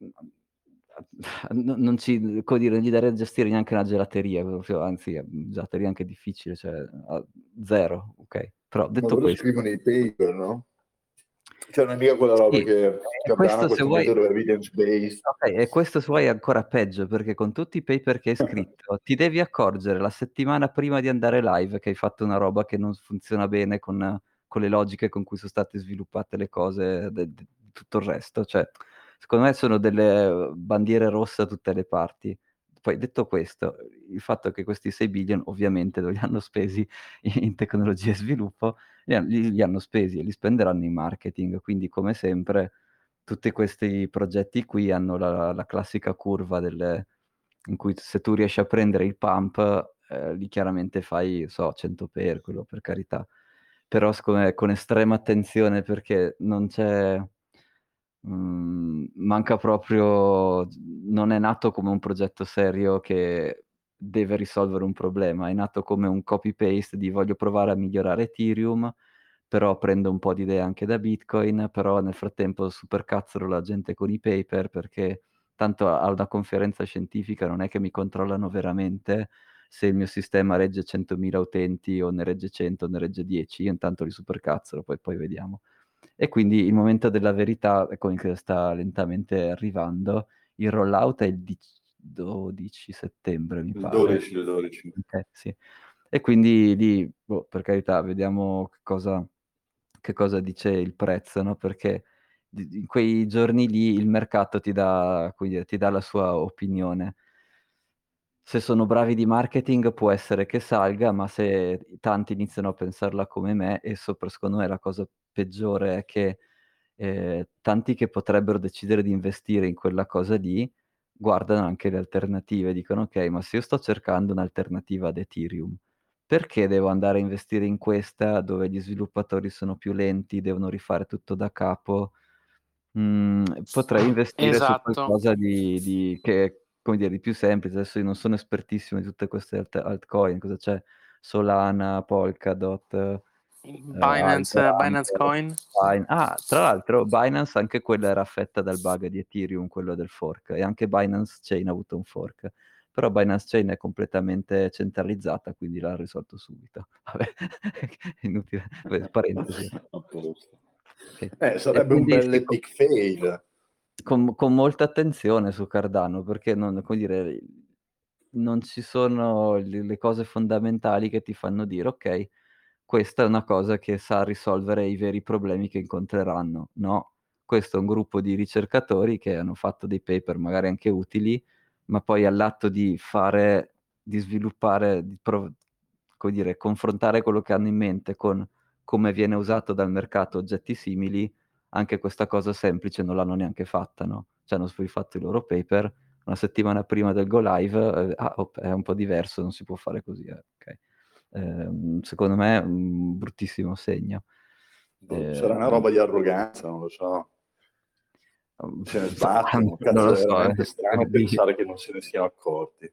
no, non ci, come dire, non gli darei a gestire neanche una gelateria, proprio anzi, mhmm, gelateria è anche difficile, cioè a zero, okay. Però Ma detto loro questo, scrivono i paper, no? Cioè non è mica quella roba Sì, che e Cardano questo ha se questo vuoi metodo evidence-based. okay, e questo se vuoi è ancora peggio, perché con tutti i paper che hai scritto, ti devi accorgere la settimana prima di andare live che hai fatto una roba che non funziona bene con con le logiche con cui son state sviluppate le cose, de d tutto il resto. Cioè, secondo me sono delle bandiere rosse da tutte le parti. Poi detto questo, il fatto che questi sei billion ovviamente dove li hanno spesi in tecnologia e sviluppo, li han li li hanno spesi e li spenderanno in marketing. Quindi come sempre tutti questi progetti qui hanno la la classica curva del in cui se tu riesci a prendere il pump, ehm, lì chiaramente fai, so, cento per quello per carità. Però secondo me con estrema attenzione perché non c'è mhmm, manca proprio non è nato come un progetto serio che deve risolvere un problema, è nato come un copy paste di voglio provare a migliorare Ethereum, però prendo un po' di idee anche da Bitcoin, però nel frattempo supercazzolo la gente con i paper perché tanto a a una conferenza scientifica non è che mi controllano veramente se il mio sistema regge centomila utenti o ne regge cento o ne regge dieci, io intanto li supercazzolo, poi poi vediamo. E quindi il momento della verità è come che sta lentamente arrivando. Il rollout è il dic dodici settembre mi Il pare. dodici, il dodici. Okay, sì. E quindi lì, boh, per carità, vediamo che cosa che cosa dice il prezzo, no, perché d in quei giorni lì il mercato ti dà come dire, ti dà la sua opinione. Se sono bravi di marketing può essere che salga, ma se tanti iniziano a pensarla come me e sopra secondo me la cosa peggiore è che, ehm, tanti che potrebbero decidere di investire in quella cosa lì, guardano anche le alternative, dicono: "Okay, ma se io sto cercando un'alternativa ad Ethereum, perché devo andare a investire in questa dove gli sviluppatori sono più lenti, devono rifare tutto da capo? Mhmm, potrei investire su Esatto. qualcosa di di che come dire, di più semplice." Adesso io non sono espertissimo di tutte queste alt altcoin, cosa c'è? Solana, Polkadot, ehm, Binance Algorand, Binance Coin. Bin ah, tra l'altro Binance anche quella era affetta dal bug di Ethereum, quello del fork, e anche Binance Chain ha avuto un fork. Però Binance Chain è completamente centralizzata, quindi l'han risolto subito. Vabbè, inutile, beh, parentesi. A posto. Okay. Eh, E sarebbe un quindi bel sì, co epic fail. con con molta attenzione su Cardano, perché non come dire, non ci sono l le cose fondamentali che ti fanno dire: "Okay, questa è una cosa che sa risolvere i veri problemi che incontreranno." No, questo è un gruppo di ricercatori che hanno fatto dei paper magari anche utili, ma poi all'atto di fare di sviluppare, di prov come dire, confrontare quello che hanno in mente con come viene usato dal mercato oggetti simili, anche questa cosa semplice non l'hanno neanche fatta, no, cioè hanno poi fatto i loro paper, una settimana prima del go live, ehm, "Ah, op è un po' diverso, non si può fare così." Eh, okay. Ehm, secondo me è un bruttissimo segno. Boh, sarà una Ehm roba di arroganza, non lo so. Uhm, Se ne bah, sbattono. non Cazzo, lo è so, veramente eh, strano di pensare che non se ne siano accorti.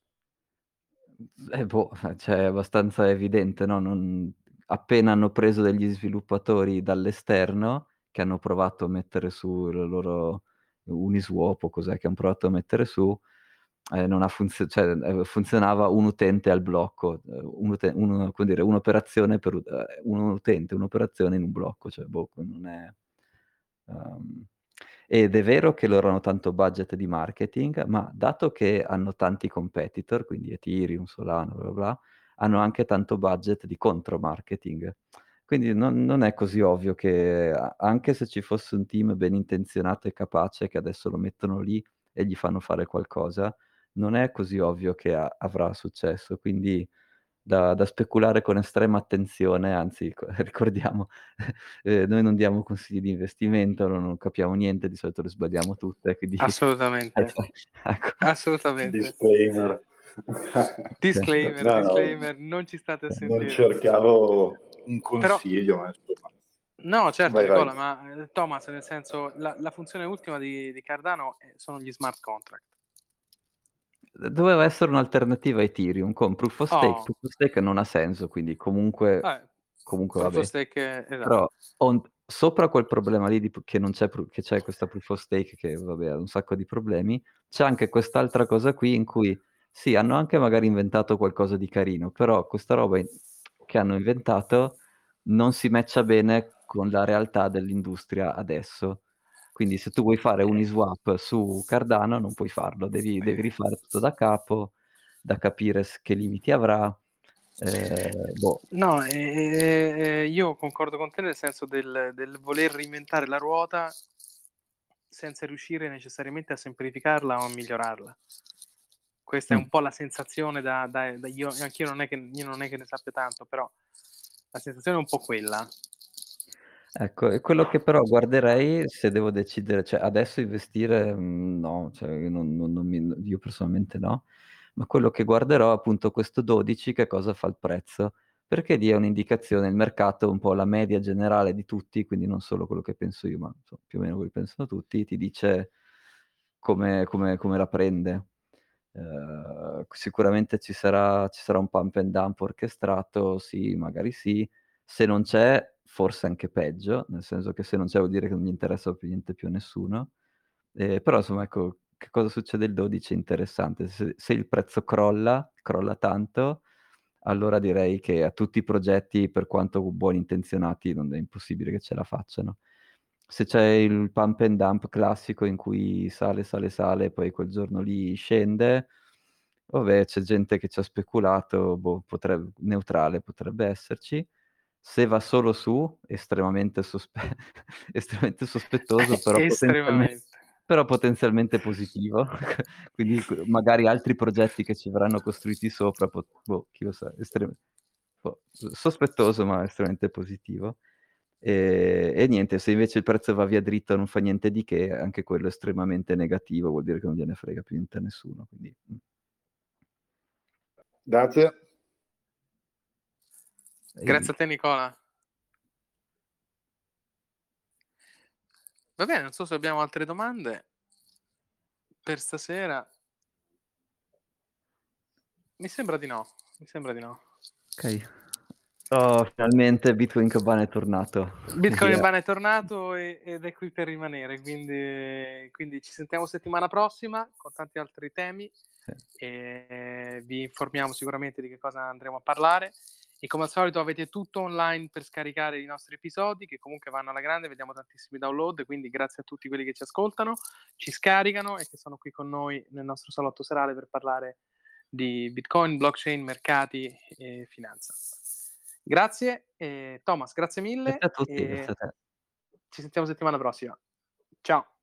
Eh boh, eh, cioè è abbastanza evidente, no, non appena hanno preso degli sviluppatori dall'esterno, che hanno provato a mettere su il loro Uniswap o cos'è che han provato a mettere su, ehm, non ha funzio cioè, ehm, funzionava un utente al blocco, ehm, un ute un come dire, un'operazione per u ehm, un utente, un'operazione in un blocco, cioè boh, non è uhm, ed è vero che loro hanno tanto budget di marketing, ma dato che hanno tanti competitor, quindi Ethereum, Solana, bla bla bla, hanno anche tanto budget di contro-marketing. Quindi non non è così ovvio che a anche se ci fosse un team ben intenzionato e capace che adesso lo mettono lì e gli fanno fare qualcosa, non è così ovvio che a avrà successo. Quindi da da speculare con estrema attenzione, anzi co ricordiamo, ehm, noi non diamo consigli di investimento, no non capiamo niente, di solito le sbagliamo tutte, quindi Assolutamente. ecco. Assolutamente. Disclaimer. Sì. Disclaimer, No, no, disclaimer, non ci state a Sì. non sentire. cercavo un Però consiglio, ma insomma. no, certo Vai, vai. Nicola, ma, ehm, Thomas, nel senso, la la funzione ultima di di Cardano, ehm, sono gli smart contract. Doveva essere un'alternativa a Ethereum con Proof of Stake. Oh, Proof of Stake non ha senso, quindi comunque eh, comunque Proof of vabbè. Stake, esatto. Però on sopra quel problema lì di p che non c'è pru che c'è questa Proof of Stake che vabbè ha un sacco di problemi, c'è anche quest'altra cosa qui in cui sì, hanno anche magari inventato qualcosa di carino, però questa roba in che hanno inventato non si matcha bene con la realtà dell'industria adesso. Quindi se tu vuoi fare Uniswap su Cardano non puoi farlo, devi devi rifare tutto da capo, da capire s che limiti avrà, ehm, boh. No, ehm, io concordo con te nel senso del del voler reinventare la ruota senza riuscire necessariamente a semplificarla o a migliorarla. Questa è Mh. un po' la sensazione da da da io anch'io non è che io non è che ne sappia tanto, però la sensazione è un po' quella. Ecco, è quello che però guarderei se devo decidere, cioè adesso investire, mhmm, no, cioè io non non non mi io personalmente no, ma quello che guarderò è appunto questo dodici che cosa fa il prezzo, perché dia un'indicazione, il mercato, un po' la media generale di tutti, quindi non solo quello che penso io, ma insomma più o meno quello che pensano tutti, ti dice come come come la prende. Ehm, sicuramente ci sarà ci sarà un pump and dump orchestrato, sì, magari sì. Se non c'è, forse anche peggio, nel senso che se non c'è vuol dire che non gli interessa più niente più a nessuno. Ehm, però insomma ecco, che cosa succede il dodici è interessante. Se se il prezzo crolla, crolla tanto, allora direi che a tutti i progetti, per quanto buoni intenzionati, non è impossibile che ce la facciano. Se c'è il pump and dump classico in cui sale, sale, sale e poi quel giorno lì scende, vabbè c'è gente che ci ha speculato, boh, potreb neutrale potrebbe esserci. Se va solo su, estremamente sospe estremamente sospettoso, però potenzialme Estremamente. però potenzialmente positivo. Quindi q magari altri progetti che ci verranno costruiti sopra pot boh, chi lo sa, estrem boh, sospettoso ma estremamente positivo. Ehm, e niente, se invece il prezzo va via dritto e non fa niente di che, anche quello è estremamente negativo, vuol dire che non gliene frega più niente a nessuno, quindi mh. Grazie. Grazie Ehi. a te Nicola. Va bene, non so se abbiamo altre domande per stasera. Mi sembra di no, mi sembra di no. Okay. Oh, finalmente Bitcoin Cabana è tornato. Bitcoin Yeah. Cabana è tornato e ed è qui per rimanere, quindi quindi ci sentiamo settimana prossima con tanti altri temi Sì. e vi informiamo sicuramente di che cosa andremo a parlare e come al solito avete tutto online per scaricare i nostri episodi che comunque vanno alla grande, vediamo tantissimi download, quindi grazie a tutti quelli che ci ascoltano, ci scaricano e che sono qui con noi nel nostro salotto serale per parlare di Bitcoin, blockchain, mercati e finanza. Grazie, e Thomas, grazie Grazie mille a tutti, grazie e a te. ci sentiamo settimana prossima. Ciao.